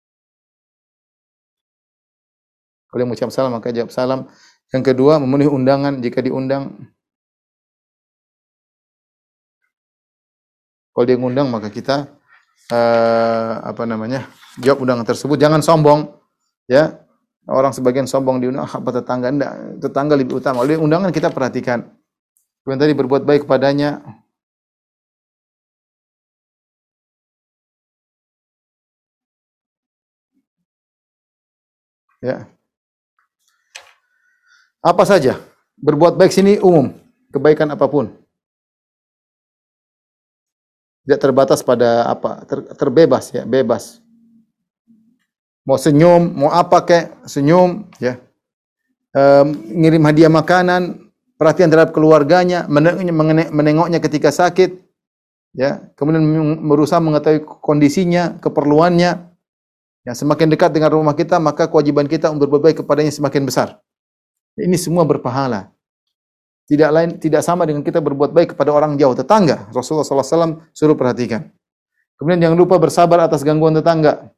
Kalau yang mengucap salam maka jawab salam. Yang kedua, memenuhi undangan jika diundang. Kalau dia ngundang maka kita jawab undangan tersebut. Jangan sombong, ya. Orang sebagian sombong diundang, apa tetangga, enggak, tetangga lebih utama. Oleh undangan kita perhatikan. Kemudian tadi berbuat baik kepadanya. Ya. Apa saja? Berbuat baik sini umum, kebaikan apapun. Tidak terbatas pada apa, terbebas ya, bebas. Mau senyum, mau apa kek, senyum ya. Ngirim hadiah makanan, perhatian terhadap keluarganya, menengoknya ketika sakit, ya. Kemudian berusaha mengetahui kondisinya, keperluannya. Ya, semakin dekat dengan rumah kita, maka kewajiban kita untuk berbuat baik kepadanya semakin besar. Ini semua berpahala. Tidak sama dengan kita berbuat baik kepada orang jauh, tetangga. Rasulullah SAW suruh perhatikan. Kemudian jangan lupa bersabar atas gangguan tetangga.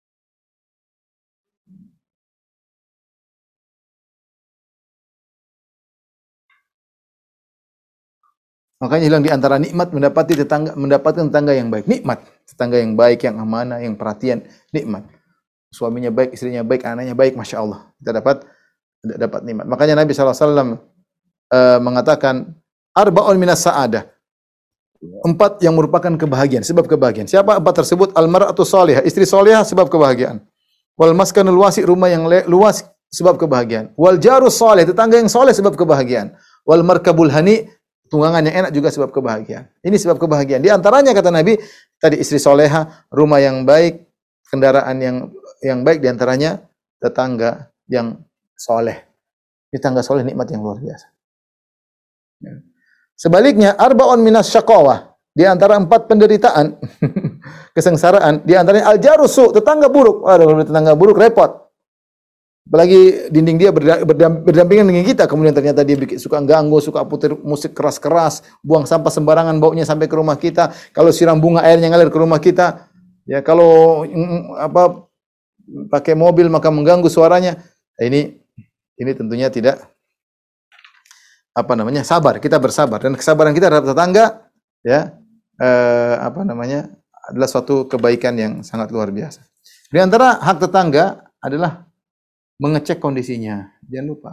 Makanya hilang di antara nikmat mendapatkan tetangga yang baik. Nikmat, tetangga yang baik, yang amanah, yang perhatian, nikmat. Suaminya baik, istrinya baik, anaknya baik, masya Allah. Kita dapat nikmat. Makanya Nabi SAW mengatakan arba'un minas sa'adah. 4 yang merupakan kebahagiaan, sebab kebahagiaan. Siapa 4 tersebut? Al-mar'atu salihah, istri salihah sebab kebahagiaan. Wal maskanul wasi, rumah yang luas sebab kebahagiaan. Wal jarus salih, tetangga yang saleh sebab kebahagiaan. Wal markabul hani, tunggangan yang enak juga sebab kebahagiaan. Ini sebab kebahagiaan. Di antaranya kata Nabi, tadi istri salehah, rumah yang baik, kendaraan yang baik, di antaranya tetangga yang saleh. Tetangga saleh nikmat yang luar biasa. Ya. Sebaliknya, arba'un minas syaqawah, di antara 4 penderitaan, kesengsaraan, di antaranya al-jarusu, tetangga buruk. Waduh, tetangga buruk repot. Apalagi dinding dia berdampingan dengan kita, kemudian ternyata dia suka ganggu, suka putar musik keras-keras, buang sampah sembarangan, baunya sampai ke rumah kita. Kalau siram bunga, airnya ngalir ke rumah kita. Ya, kalau pakai mobil maka mengganggu suaranya. Ini tentunya tidak sabar. Kita bersabar, dan kesabaran kita terhadap tetangga ya adalah suatu kebaikan yang sangat luar biasa. Di antara hak tetangga adalah mengecek kondisinya. Jangan lupa.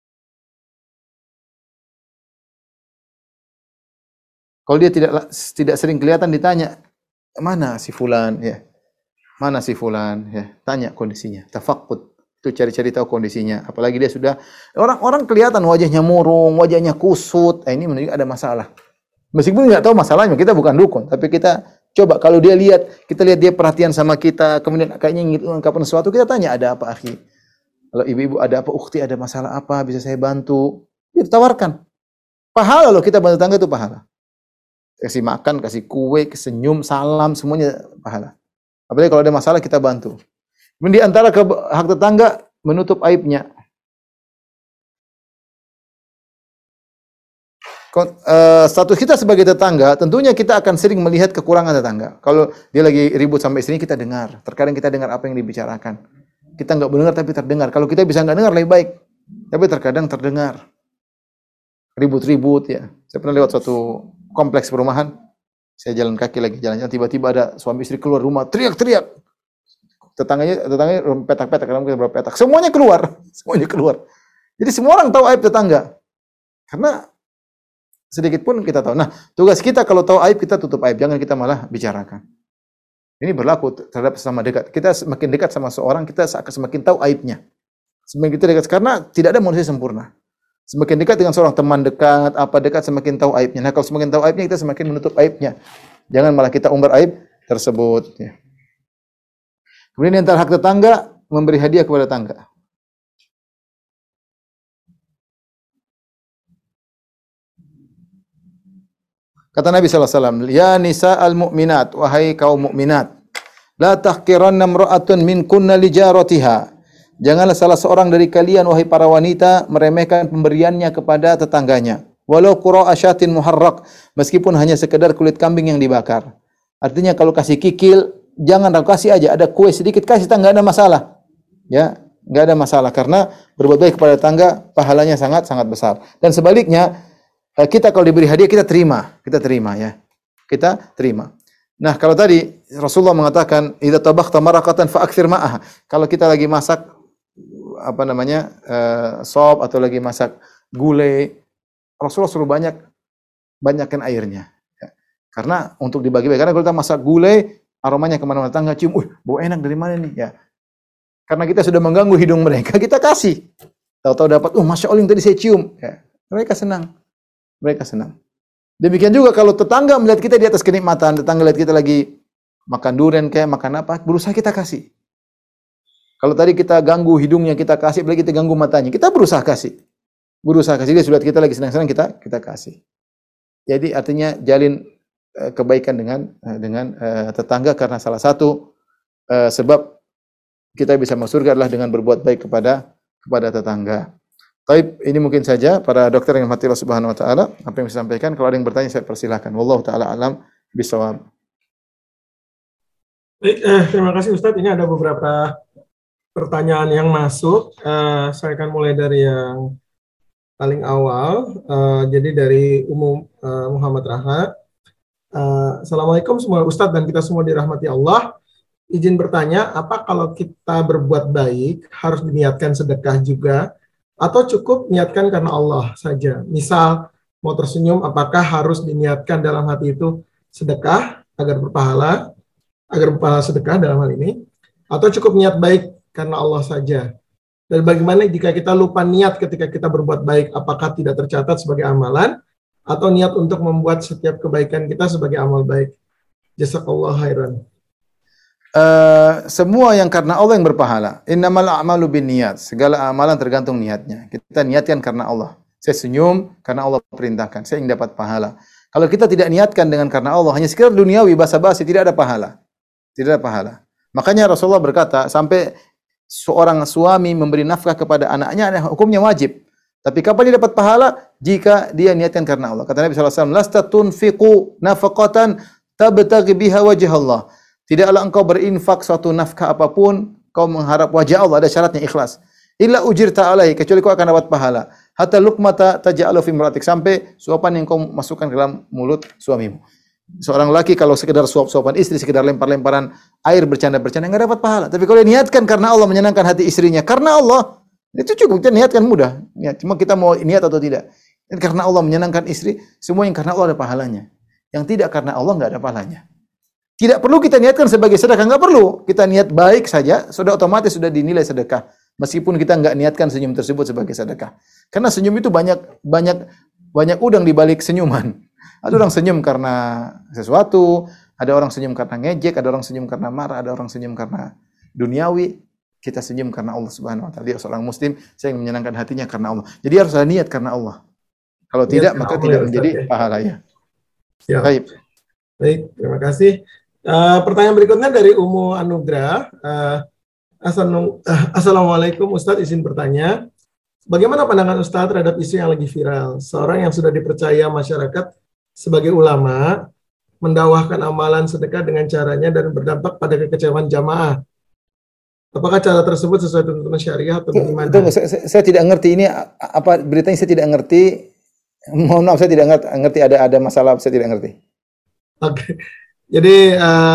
Kalau dia tidak sering kelihatan, ditanya, "Mana si fulan?" ya. "Mana si fulan?" ya. Tanya kondisinya. Tafaqqud. Itu cari-cari tahu kondisinya. Apalagi dia sudah orang kelihatan wajahnya murung, wajahnya kusut. Ini menunjukkan ada masalah. Meskipun enggak tahu masalahnya, kita bukan dukun, tapi kita coba kalau kita lihat dia perhatian sama kita, kemudian kayaknya ingin mengungkapkan sesuatu, kita tanya, "Ada apa, akhi?" Kalau ibu-ibu, "Ada apa, ukhti, ada masalah apa, bisa saya bantu?" Kita tawarkan. Pahala loh, kita bantu tangga itu pahala. Kasih makan, kasih kue, senyum, salam, semuanya pahala. Apalagi kalau ada masalah kita bantu. Kemudian di antara hak tetangga menutup aibnya. Status kita sebagai tetangga, tentunya kita akan sering melihat kekurangan tetangga. Kalau dia lagi ribut sama istrinya, kita dengar. Terkadang kita dengar apa yang dibicarakan. Kita nggak mendengar tapi terdengar. Kalau kita bisa nggak dengar lebih baik. Tapi terkadang terdengar. Ribut-ribut ya. Saya pernah lewat suatu kompleks perumahan. Saya jalan kaki lagi jalan-jalan, tiba-tiba ada suami istri keluar rumah teriak-teriak. Tetangganya petak-petak, karena mungkin berapa petak. Semuanya keluar. Jadi semua orang tahu aib tetangga. Karena sedikit pun kita tahu. Nah, tugas kita kalau tahu aib, kita tutup aib. Jangan kita malah bicarakan. Ini berlaku terhadap sesama dekat. Kita semakin dekat sama seorang, kita semakin tahu aibnya. Semakin kita dekat, karena tidak ada manusia sempurna. Semakin dekat dengan seorang teman dekat, semakin tahu aibnya. Nah, kalau semakin tahu aibnya, kita semakin menutup aibnya. Jangan malah kita umbar aib tersebut. Ya. Kemudian antara hak tetangga, memberi hadiah kepada tetangga. Kata Nabi SAW, "Ya nisa al-mu'minat, wahai kaum mukminat, la tahqiranna imra'atun minkunna li jaratiha." Janganlah salah seorang dari kalian, wahai para wanita, meremehkan pemberiannya kepada tetangganya. walau qura'a syatin muharraq, meskipun hanya sekedar kulit kambing yang dibakar. Artinya kalau kasih kikil, jangan kasih aja, ada kue sedikit kasih, enggak ada masalah. Ya, enggak ada masalah karena berbuat baik kepada tetangga pahalanya sangat sangat besar. Dan sebaliknya, kita kalau diberi hadiah kita terima ya. Kita terima. Nah, kalau tadi Rasulullah mengatakan idza tabakhta maraqatan fa aktsir ma'aha. Kalau kita lagi masak sop atau lagi masak gulai, Rasulullah suruh banyakin airnya. Ya. Karena untuk dibagi-bagi. Karena kalau kita masak gulai, aromanya kemana-mana, tetangga cium, bau enak dari mana nih? Ya. Karena kita sudah mengganggu hidung mereka, kita kasih. Tahu-tahu dapat, Masya Allah yang tadi saya cium. Ya. Mereka senang. Demikian juga kalau tetangga melihat kita di atas kenikmatan, tetangga lihat kita lagi makan durian kayak makan apa, berusaha kita kasih. Kalau tadi kita ganggu hidungnya, kita kasih, apalagi kita ganggu matanya, kita berusaha kasih. Dia sudah kita lagi senang-senang, kita kasih. Jadi artinya jalin kebaikan dengan tetangga, karena salah satu sebab kita bisa masuk surga adalah dengan berbuat baik kepada tetangga. Baik, ini mungkin saja para dokter yang dirahmati Allah Subhanahu wa taala, apa yang saya sampaikan. Kalau ada yang bertanya saya persilahkan. Wallahu taala alam bisawab. Baik, terima kasih Ustadz. Ini ada beberapa pertanyaan yang masuk. Saya akan mulai dari yang paling awal. Jadi dari Muhammad Raha. Assalamualaikum semua Ustadz dan kita semua dirahmati Allah. Izin bertanya, apa kalau kita berbuat baik harus diniatkan sedekah juga? Atau cukup niatkan karena Allah saja? Misal mau tersenyum, apakah harus diniatkan dalam hati itu sedekah agar berpahala sedekah dalam hal ini? Atau cukup niat baik karena Allah saja? Dan bagaimana jika kita lupa niat ketika kita berbuat baik, apakah tidak tercatat sebagai amalan? Atau niat untuk membuat setiap kebaikan kita sebagai amal baik? Jazakallahu khairan. Semua yang karena Allah yang berpahala. Innamal a'malu binniyat. Segala amalan tergantung niatnya. Kita niatkan karena Allah. Saya senyum karena Allah perintahkan. Saya ingin dapat pahala. Kalau kita tidak niatkan dengan karena Allah, hanya sekedar duniawi, basa-basi, tidak ada pahala. Tidak ada pahala. Makanya Rasulullah berkata, sampai seorang suami memberi nafkah kepada anaknya, hukumnya wajib. Tapi kapan dia dapat pahala? Jika dia niatkan karena Allah. Kata Nabi SAW, lasta tunfiqu nafaqatan tabtaghi biha wajh Allah. Tidaklah engkau berinfak suatu nafkah apapun, kau mengharap wajah Allah, ada syaratnya ikhlas. Illa ujirta alaihi, kecuali kau akan dapat pahala. Hatta luqmata taj'alu fi imratik, sampai suapan yang kau masukkan ke dalam mulut suamimu. Seorang laki kalau sekedar suap-suapan istri, sekedar lempar-lemparan air, bercanda-bercanda, enggak dapat pahala. Tapi kalau niatkan karena Allah, menyenangkan hati istrinya, karena Allah, itu cukup. Kita niatkan mudah. Cuma kita mau niat atau tidak. Dan karena Allah menyenangkan istri, semua yang karena Allah ada pahalanya. Yang tidak karena Allah enggak ada pahalanya. Tidak perlu kita niatkan sebagai sedekah, enggak perlu. Kita niat baik saja, sudah otomatis sudah dinilai sedekah. Meskipun kita enggak niatkan senyum tersebut sebagai sedekah. Karena senyum itu banyak udang di balik senyuman. Ada orang senyum karena sesuatu, ada orang senyum karena ngejek, ada orang senyum karena marah, ada orang senyum karena duniawi. Kita senyum karena Allah Subhanahu wa taala. Dia seorang muslim, saya ingin menyenangkan hatinya karena Allah. Jadi harus ada niat karena Allah. Kalau tidak, maka tidak menjadi pahalanya. Baik. Baik, terima kasih. Pertanyaan berikutnya dari Umu Anugrah. Assalamualaikum Ustadz, izin bertanya. Bagaimana pandangan Ustadz terhadap isu yang lagi viral? Seorang yang sudah dipercaya masyarakat sebagai ulama, mendakwahkan amalan sedekah dengan caranya dan berdampak pada kekecewaan jamaah. Apakah cara tersebut sesuai tuntunan syariah atau bagaimana? Saya tidak ngerti ini apa beritanya, saya tidak ngerti. Mohon maaf, saya tidak ngerti ada masalah, saya tidak ngerti. Oke. Jadi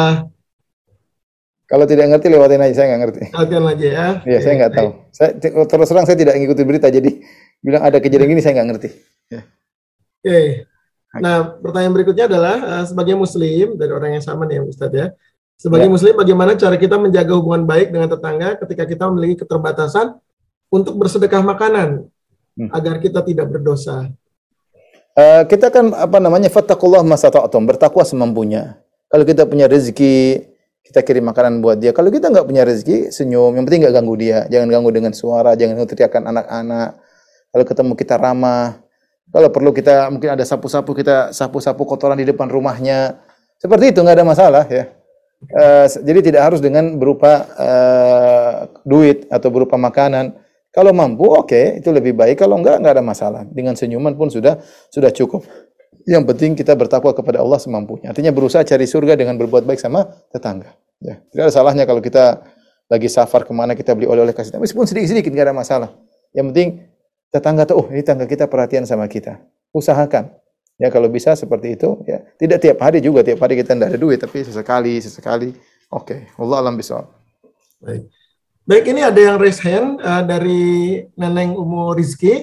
kalau tidak ngerti lewatin aja, saya nggak ngerti. Lewatin aja ya. Iya, saya nggak tahu. Saya terus terang saya tidak mengikuti berita, jadi bilang ada kejadian ini saya nggak ngerti. Ya. Oke. Nah, pertanyaan berikutnya adalah sebagai Muslim, dari orang yang sama nih Ustadz ya. Sebagai Muslim, bagaimana cara kita menjaga hubungan baik dengan tetangga ketika kita memiliki keterbatasan untuk bersedekah makanan agar kita tidak berdosa? Kita kan fattaqullaha masata'tum, bertakwa semampunya. Kalau kita punya rezeki, kita kirim makanan buat dia. Kalau kita nggak punya rezeki, senyum. Yang penting nggak ganggu dia. Jangan ganggu dengan suara, jangan teriakan anak-anak. Kalau ketemu kita ramah. Kalau perlu kita mungkin ada sapu-sapu, kita sapu-sapu kotoran di depan rumahnya. Seperti itu, nggak ada masalah ya. Jadi tidak harus dengan berupa duit atau berupa makanan. Kalau mampu, oke, itu lebih baik. Kalau enggak ada masalah. Dengan senyuman pun sudah cukup. Yang penting kita bertakwa kepada Allah semampunya. Artinya berusaha cari surga dengan berbuat baik sama tetangga. Ya, tidak ada salahnya kalau kita lagi safar kemana kita beli oleh-oleh kasih. Meskipun sedikit-sedikit nggak ada masalah. Yang penting tetangga tahu, oh ini tetangga kita perhatian sama kita. Usahakan. Ya kalau bisa seperti itu. Ya tidak tiap hari juga. Tiap hari kita tidak ada duit, tapi sesekali. Oke. Allah alam bisawab. Baik. Baik, ini ada yang raise hand dari Neneng Umu Rizki.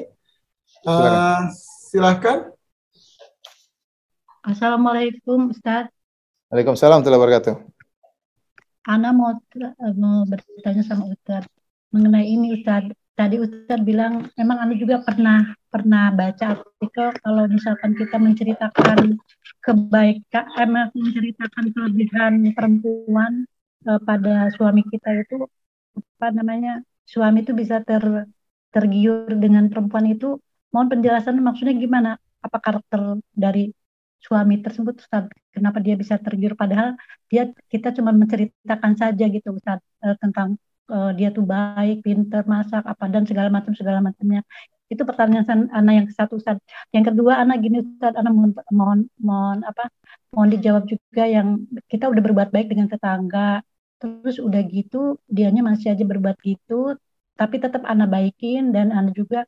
Silakan. Assalamualaikum Ustaz. Waalaikumsalam warahmatullahi wabarakatuh. Ana mau bertanya sama Ustaz mengenai ini Ustaz. Tadi Ustaz bilang memang Ana juga pernah baca artikel kalau misalkan kita menceritakan kebaikan, menceritakan kelebihan perempuan pada suami kita itu suami itu bisa tergiur dengan perempuan itu. Mohon penjelasan maksudnya gimana? Apa karakter dari suami tersebut Ustaz? Kenapa dia bisa tergiur padahal kita cuma menceritakan saja gitu Ustaz tentang dia tuh baik, pintar, masak apa dan segala macamnya. Itu pertanyaan Ana yang satu Ustaz. Yang kedua Ana gini Ustaz, Ana mohon dijawab juga yang kita udah berbuat baik dengan tetangga. Terus udah gitu dianya masih aja berbuat gitu, tapi tetap Ana baikin dan Ana juga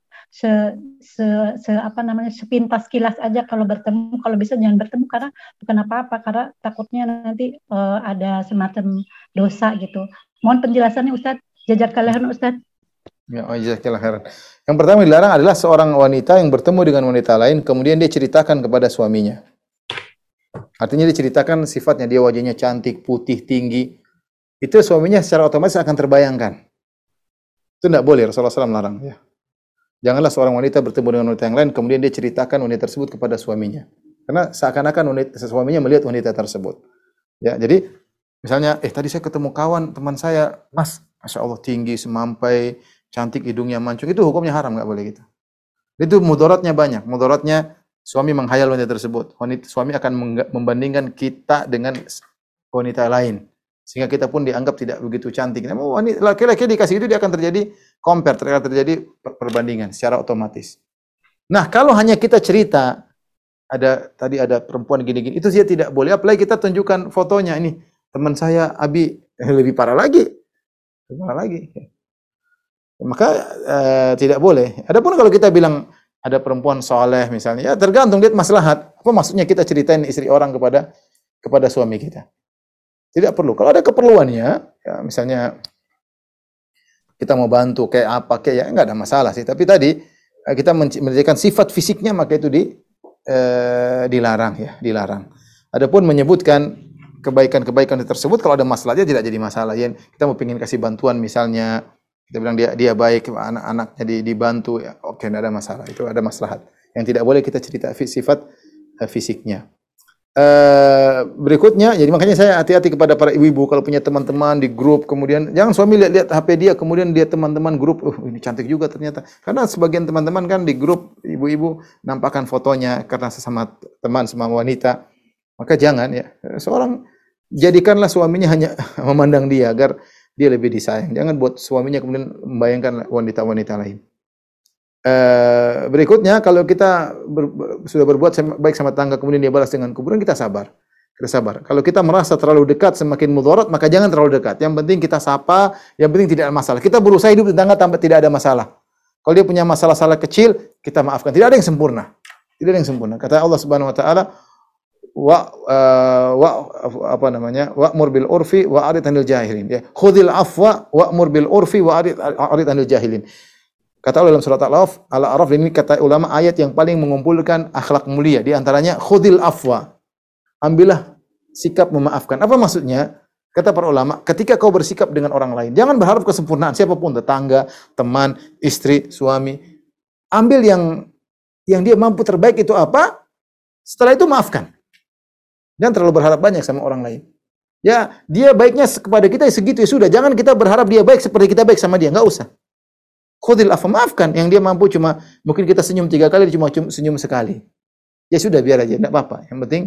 sepintas kilas aja kalau bertemu, kalau bisa jangan bertemu karena bukan apa-apa, karena takutnya nanti ada semacam dosa gitu. Mohon penjelasannya Ustadz. Jazakallahu Ustadz. Ya, jazakallahu khairan. Yang pertama dilarang adalah seorang wanita yang bertemu dengan wanita lain kemudian dia ceritakan kepada suaminya. Artinya dia ceritakan sifatnya, dia wajahnya cantik, putih, tinggi. Itu suaminya secara otomatis akan terbayangkan. Itu tidak boleh, Rasulullah SAW melarang. Ya. Janganlah seorang wanita bertemu dengan wanita yang lain, kemudian dia ceritakan wanita tersebut kepada suaminya. Karena seakan-akan suaminya melihat wanita tersebut. Ya, jadi misalnya, tadi saya ketemu kawan teman saya, Mas, Masya Allah tinggi, semampai, cantik, hidungnya mancung. Itu hukumnya haram, nggak boleh gitu. Itu mudaratnya banyak. Mudaratnya suami menghayal wanita tersebut. Suami akan membandingkan kita dengan wanita lain. Sehingga kita pun dianggap tidak begitu cantik. Namun laki-laki dikasih itu dia akan terjadi compare, terjadi perbandingan secara otomatis. Nah, kalau hanya kita cerita tadi ada perempuan gini-gini, itu dia tidak boleh. Apalagi kita tunjukkan fotonya, ini teman saya Abi, lebih parah lagi. Maka tidak boleh. Adapun kalau kita bilang ada perempuan soleh misalnya, ya tergantung lihat maslahat. Apa maksudnya kita ceritain istri orang kepada suami kita? Tidak perlu. Kalau ada keperluannya, ya misalnya kita mau bantu kayak apa ya enggak ada masalah sih. Tapi tadi kita menceritakan sifat fisiknya maka itu dilarang ya, dilarang. Adapun menyebutkan kebaikan-kebaikan tersebut kalau ada masalahnya tidak jadi masalah. Ya, kita mau pengen kasih bantuan misalnya, kita bilang dia baik, anak-anaknya dibantu, ya, oke, tidak ada masalah. Itu ada maslahat. Yang tidak boleh kita cerita sifat fisiknya. Berikutnya, jadi makanya saya hati-hati kepada para ibu-ibu kalau punya teman-teman di grup, kemudian jangan suami lihat HP dia, kemudian dia teman-teman grup, ini cantik juga ternyata. Karena sebagian teman-teman kan di grup ibu-ibu nampakkan fotonya karena sesama teman, sesama wanita. Maka jangan ya. Seorang jadikanlah suaminya hanya memandang dia agar dia lebih disayang. Jangan buat suaminya kemudian membayangkan wanita-wanita lain. Berikutnya, kalau kita sudah berbuat baik sama tangga, kemudian dia balas dengan kuburan, kita sabar. Kita sabar. Kalau kita merasa terlalu dekat, semakin mudarat, maka jangan terlalu dekat. Yang penting kita sapa, yang penting tidak ada masalah. Kita berusaha hidup di tangga tanpa tidak ada masalah. Kalau dia punya masalah-masalah kecil, kita maafkan. Tidak ada yang sempurna. Tidak ada yang sempurna. Kata Allah Subhanahu wa taala, wa'mur bil urfi wa arid anil jahilin. Ya, khudhil afwa wa'mur bil urfi wa arid anil jahilin. Kata Allah dalam surat Al-A'raf, ini kata ulama ayat yang paling mengumpulkan akhlak mulia. Di antaranya khudil afwa. Ambillah sikap memaafkan. Apa maksudnya? Kata para ulama, ketika kau bersikap dengan orang lain, jangan berharap kesempurnaan siapapun, tetangga, teman, istri, suami. Ambil yang dia mampu terbaik itu apa? Setelah itu maafkan. Jangan terlalu berharap banyak sama orang lain. Ya, dia baiknya kepada kita segitu ya sudah. Jangan kita berharap dia baik seperti kita baik sama dia, enggak usah. Khudil afwa, maafkan. Yang dia mampu cuma mungkin kita senyum 3 kali, dia cuma senyum sekali. Ya sudah, biar aja, enggak apa-apa. Yang penting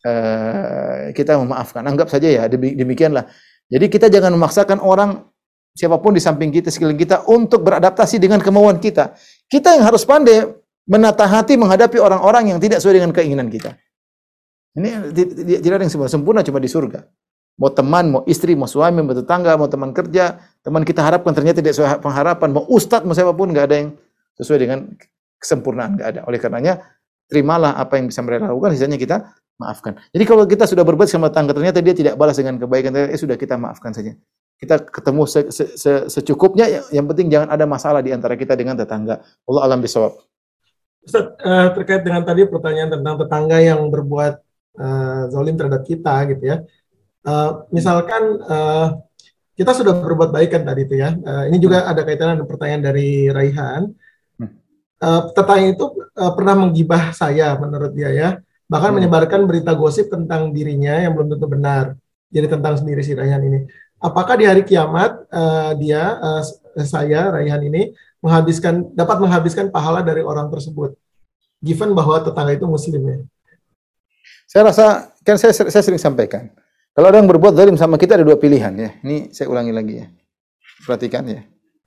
kita memaafkan. Anggap saja ya demikianlah. Jadi kita jangan memaksakan orang siapapun di samping kita, sekeliling kita untuk beradaptasi dengan kemauan kita. Kita yang harus pandai menata hati menghadapi orang-orang yang tidak sesuai dengan keinginan kita. Ini tidak ada yang sempurna, cuma di surga. Mau teman, mau istri, mau suami, mau tetangga, mau teman kerja, teman kita harapkan ternyata tidak sesuai pengharapan, mau ustadz, mau siapapun, nggak ada yang sesuai dengan kesempurnaan, nggak ada. Oleh karenanya, terimalah apa yang bisa mereka lakukan, sisanya kita maafkan. Jadi kalau kita sudah berbuat sama tetangga, ternyata dia tidak balas dengan kebaikan, sudah kita maafkan saja. Kita ketemu secukupnya, yang penting jangan ada masalah di antara kita dengan tetangga. Allah alam bisawab. Ustaz, terkait dengan tadi pertanyaan tentang tetangga yang berbuat zalim terhadap kita gitu ya. Misalkan kita sudah berbuat baik kan tadi itu ya. Ini juga ada kaitan dengan pertanyaan dari Raihan. Tetangga itu pernah menggibah saya menurut dia ya. Bahkan menyebarkan berita gosip tentang dirinya yang belum tentu benar. Jadi tentang sendiri si Raihan ini. Apakah di hari kiamat saya Raihan ini dapat menghabiskan pahala dari orang tersebut? Given bahwa tetangga itu muslim ya. Saya rasa, kan saya sering sampaikan, kalau ada yang berbuat zalim sama kita ada dua pilihan ya. Ini saya ulangi lagi ya. Perhatikan ya.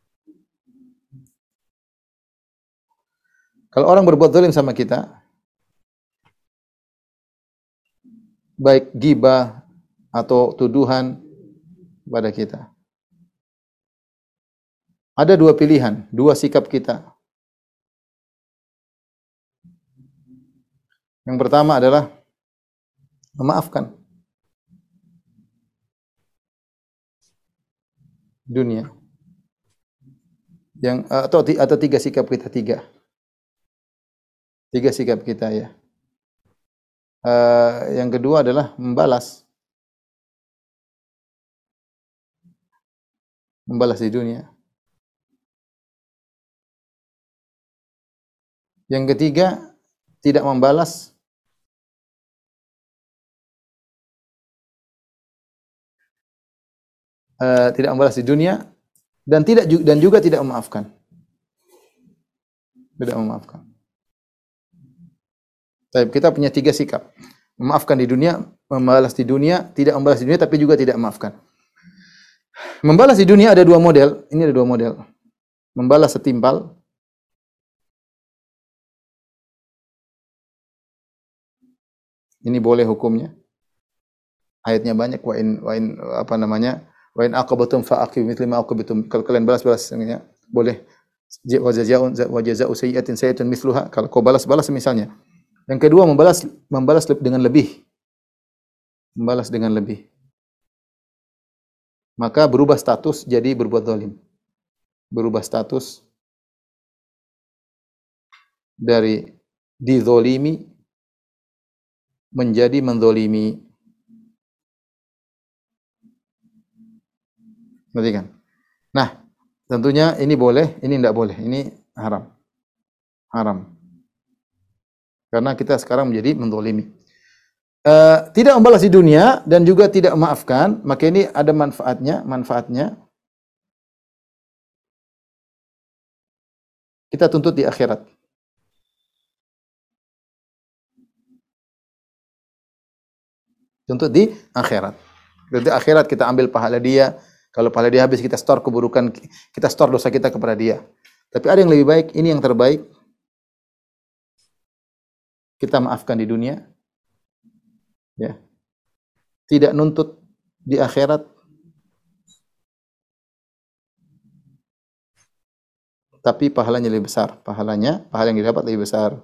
Kalau orang berbuat zalim sama kita, baik gibah atau tuduhan pada kita, ada dua pilihan, dua sikap kita. Yang pertama adalah memaafkan dunia. Atau tiga sikap kita, tiga sikap kita ya. Yang kedua adalah membalas di dunia. Yang ketiga, tidak membalas di dunia dan juga tidak memaafkan. Tidak memaafkan. Tapi kita punya tiga sikap. Memaafkan di dunia, membalas di dunia, tidak membalas di dunia tapi juga tidak memaafkan. Membalas di dunia ada dua model. Ini ada dua model. Membalas setimpal. Ini boleh hukumnya. Ayatnya banyak. Wa in aqabatum fa'aqibu mithla ma aqabtum. Kalau kalian balas boleh. Wa jazaa'u sayyi'atin sayyi'atun mithluha. Kalau kau balas misalnya. Yang kedua membalas dengan lebih. Membalas dengan lebih. Maka berubah status jadi berbuat zalim. Berubah status dari dizolimi menjadi menzolimi. Berarti kan? Nah, tentunya ini boleh, ini tidak boleh. Ini haram. Haram. Karena kita sekarang menjadi menzolimi. Tidak membalas di dunia dan juga tidak memaafkan, maka ini ada manfaatnya. Kita tuntut di akhirat. Tuntut di akhirat. Berarti akhirat kita ambil pahala dia. Kalau pahala dia habis, kita store keburukan, kita store dosa kita kepada dia. Tapi ada yang lebih baik, ini yang terbaik. Kita maafkan di dunia. Ya. Tidak nuntut di akhirat. Tapi pahalanya lebih besar. Pahala yang didapat lebih besar.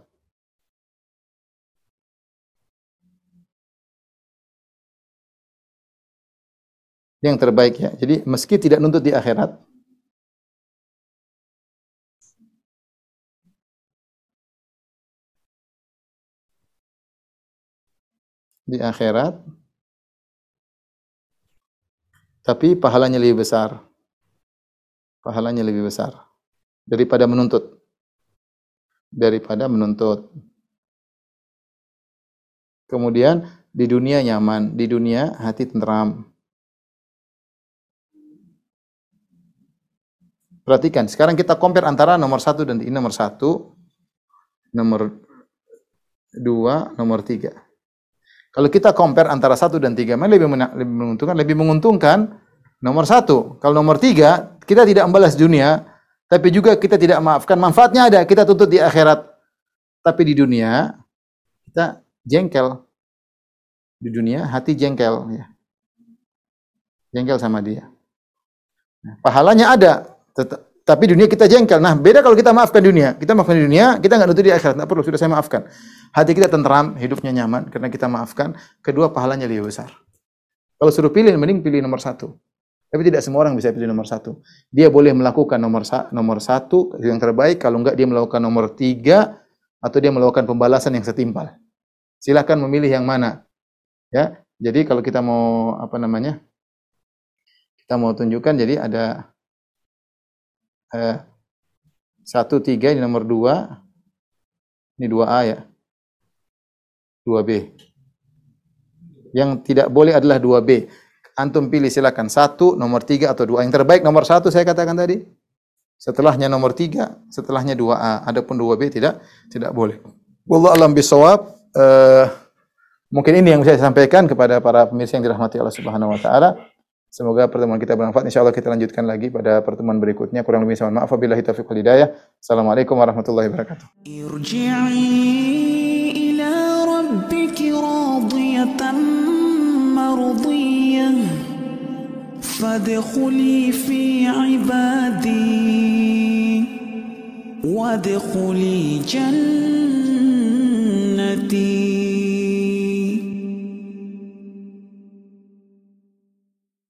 Yang terbaik ya. Jadi meski tidak nuntut di akhirat, tapi pahalanya lebih besar. Pahalanya lebih besar daripada menuntut. Kemudian di dunia nyaman, di dunia hati tenteram. Perhatikan, sekarang kita compare antara nomor 1 dan ini nomor 1, nomor 2, nomor 3. Kalau kita compare antara 1 dan 3, mana lebih menguntungkan? Lebih menguntungkan Nomor 1. Kalau nomor 3, kita tidak membalas dunia, tapi juga kita tidak maafkan. Manfaatnya ada, kita tuntut di akhirat. Tapi di dunia, kita jengkel. Di dunia, hati jengkel. Ya. Jengkel sama dia. Nah, pahalanya ada, tapi dunia kita jengkel. Nah, beda kalau kita maafkan dunia. Kita maafkan di dunia, kita nggak nuntut di akhirat. Nggak perlu, sudah saya maafkan. Hati kita tenteram, hidupnya nyaman, karena kita maafkan. Kedua, pahalanya lebih besar. Kalau suruh pilih, mending pilih nomor 1. Tapi tidak semua orang bisa pilih nomor 1. Dia boleh melakukan nomor 1 yang terbaik, kalau enggak dia melakukan nomor 3, atau dia melakukan pembalasan yang setimpal. Silakan memilih yang mana. Ya, jadi kalau kita mau kita mau tunjukkan, jadi ada 1, 3, ini nomor 2, ini 2A ya, 2B. Yang tidak boleh adalah 2B. Antum pilih silakan 1, nomor 3 atau 2. Yang terbaik nomor 1 saya katakan tadi. Setelahnya nomor 3, setelahnya 2A. Adapun 2B tidak boleh. Wallahu a'lam bishawab. Mungkin ini yang saya sampaikan kepada para pemirsa yang dirahmati Allah Subhanahu wa taala. Semoga pertemuan kita bermanfaat. Insyaallah kita lanjutkan lagi pada pertemuan berikutnya. Kurang lebih mohon maaf. Wabillahi taufiq wal hidayah. Assalamualaikum warahmatullahi wabarakatuh. ارجعي إلى ربك راضية مرضية فادخلي في عبادي وادخلي جنتي